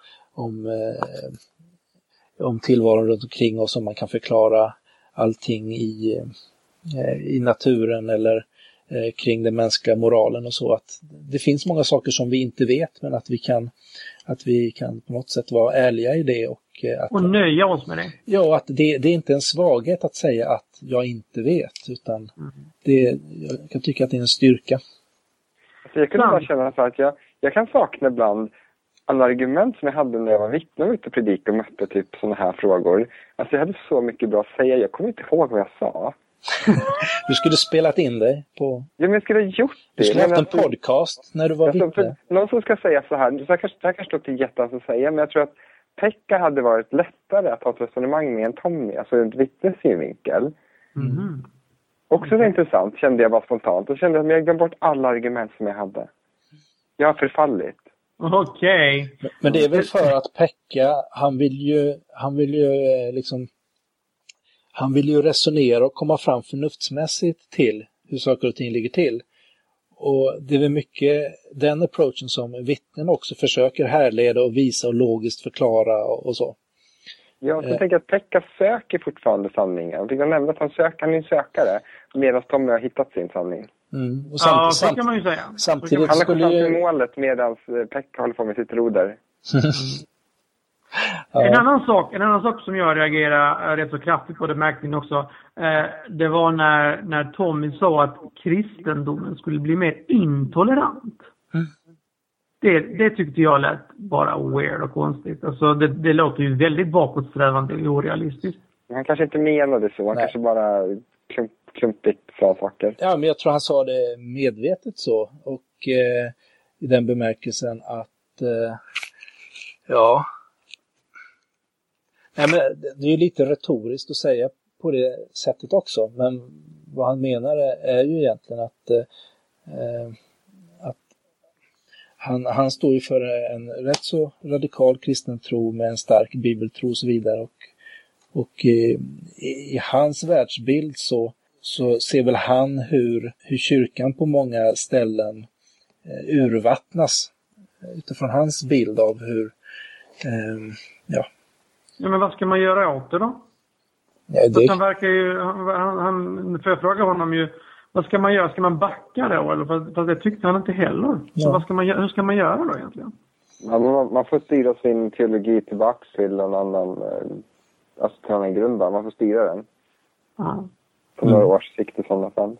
om tillvaron runt omkring oss, som man kan förklara allting i naturen eller kring den mänskliga moralen och så, att det finns många saker som vi inte vet, men att vi kan på något sätt vara ärliga i det och nöja oss med det. Ja, att det är inte en svaghet att säga att jag inte vet, utan jag kan tycka att det är en styrka. Alltså jag kunde bara känna så att jag kan sakna ibland alla argument som jag hade när jag var vittne och ute och predikade och mötte typ sådana här frågor. Alltså jag hade så mycket bra att säga, jag kommer inte ihåg vad jag sa. Du skulle spelat in dig på... Ja, men jag skulle ha gjort det. Du skulle haft en podcast när du var vittne. Någon som ska säga så här, det här kanske låter jättans att säga, men jag tror att Pekka hade varit lättare att ha ett resonemang med än Tommy, alltså en vittnessynvinkel. Också så intressant, kände jag bara spontant. Och kände att jag glömde bort alla argument som jag hade. Jag har förfallit. Okej. Men det är väl för att Pekka, han vill ju resonera och komma fram förnuftsmässigt till hur saker och ting ligger till. Och det är väl mycket den approachen som vittnen också försöker härleda och visa och logiskt förklara och så. Ja, så jag tänker att Pekka söker fortfarande sanningen. Jag nämnde att han är en sökare, medan Tommy har hittat sin sanning. Och så kan man ju säga. Samtidigt han har kommit till målet medan Pekka håller på med sitt roder. En annan sak som jag reagerar rätt så kraftigt på, det märkte ni också, det var när Tommy sa att kristendomen skulle bli mer intolerant. Det tyckte jag lät bara weird och konstigt. Alltså det låter ju väldigt bakåtsträvande och orealistiskt. Han kanske inte menade så, han kanske bara klumpigt sa saker. Ja, men jag tror han sa det medvetet så, och i den bemärkelsen att Ja. Nej, men det är ju lite retoriskt att säga på det sättet också. Men vad han menar är ju egentligen att han står ju för en rätt så radikal kristen tro med en stark bibeltro och så vidare. Och i hans världsbild så ser väl han hur kyrkan på många ställen urvattnas utifrån hans bild av hur Ja, men vad ska man göra åt det då? Ja, det... Han verkar ju, han får jag fråga honom ju, vad ska man göra? Ska man backa då? Eller, fast det tyckte han inte heller. Ja. Så vad ska man, hur ska man göra då egentligen? Ja, man får styra sin teologi tillbaka till en annan, alltså till en annan grund. Man får styra den. Ja. På några års sikt i sådana fall.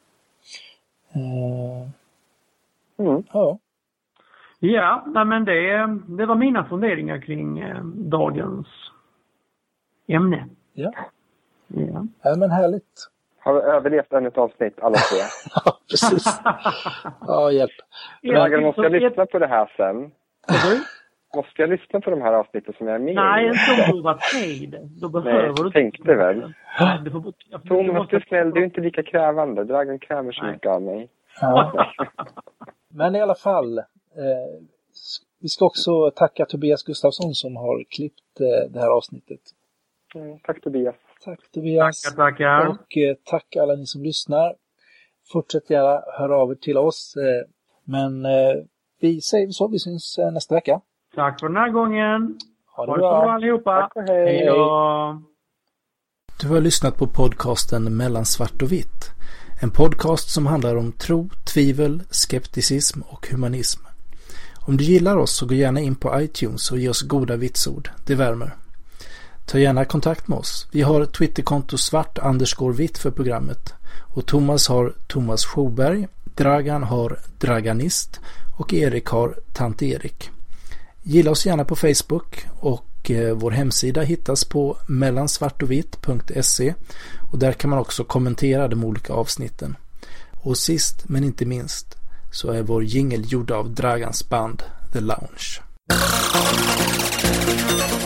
Ja. Ja, nej, men det var mina funderingar kring dagens ämne. Ja. Ja, men härligt. Har vi överlevt ännu ett avsnitt, alla tre? Ja, precis. Ja, hjälp. Ragan, måste jag lyssna på det här sen? Måste jag lyssna på de här avsnitten som jag är med? Nej, inte om du var tid. Då behöver du tänkte väl. Thomas, du är snäll, du är inte lika krävande. Dragan kräver så mycket av mig. Ja. Men i alla fall, vi ska också tacka Tobias Gustafsson som har klippt det här avsnittet. Tack Tobias. Tack Tobias. Tackar. Och tack alla ni som lyssnar. Fortsätt gärna höra av er till oss. Men vi säger så, vi syns nästa vecka. Tack för den här gången. Ha det bra allihopa. Tack och hej. Hej då. Du har lyssnat på podcasten Mellan svart och vitt. En podcast som handlar om tro, tvivel, skepticism och humanism. Om du gillar oss så gå gärna in på iTunes och ge oss goda vitsord. Det värmer. Ta gärna kontakt med oss. Vi har Twitterkonto svart_vitt för programmet. Och Thomas har Thomas Sjoberg, Dragan har Draganist och Erik har Tant Erik. Gilla oss gärna på Facebook och vår hemsida hittas på mellansvartovitt.se och där kan man också kommentera de olika avsnitten. Och sist men inte minst så är vår jingle gjord av Dragans band The Lounge.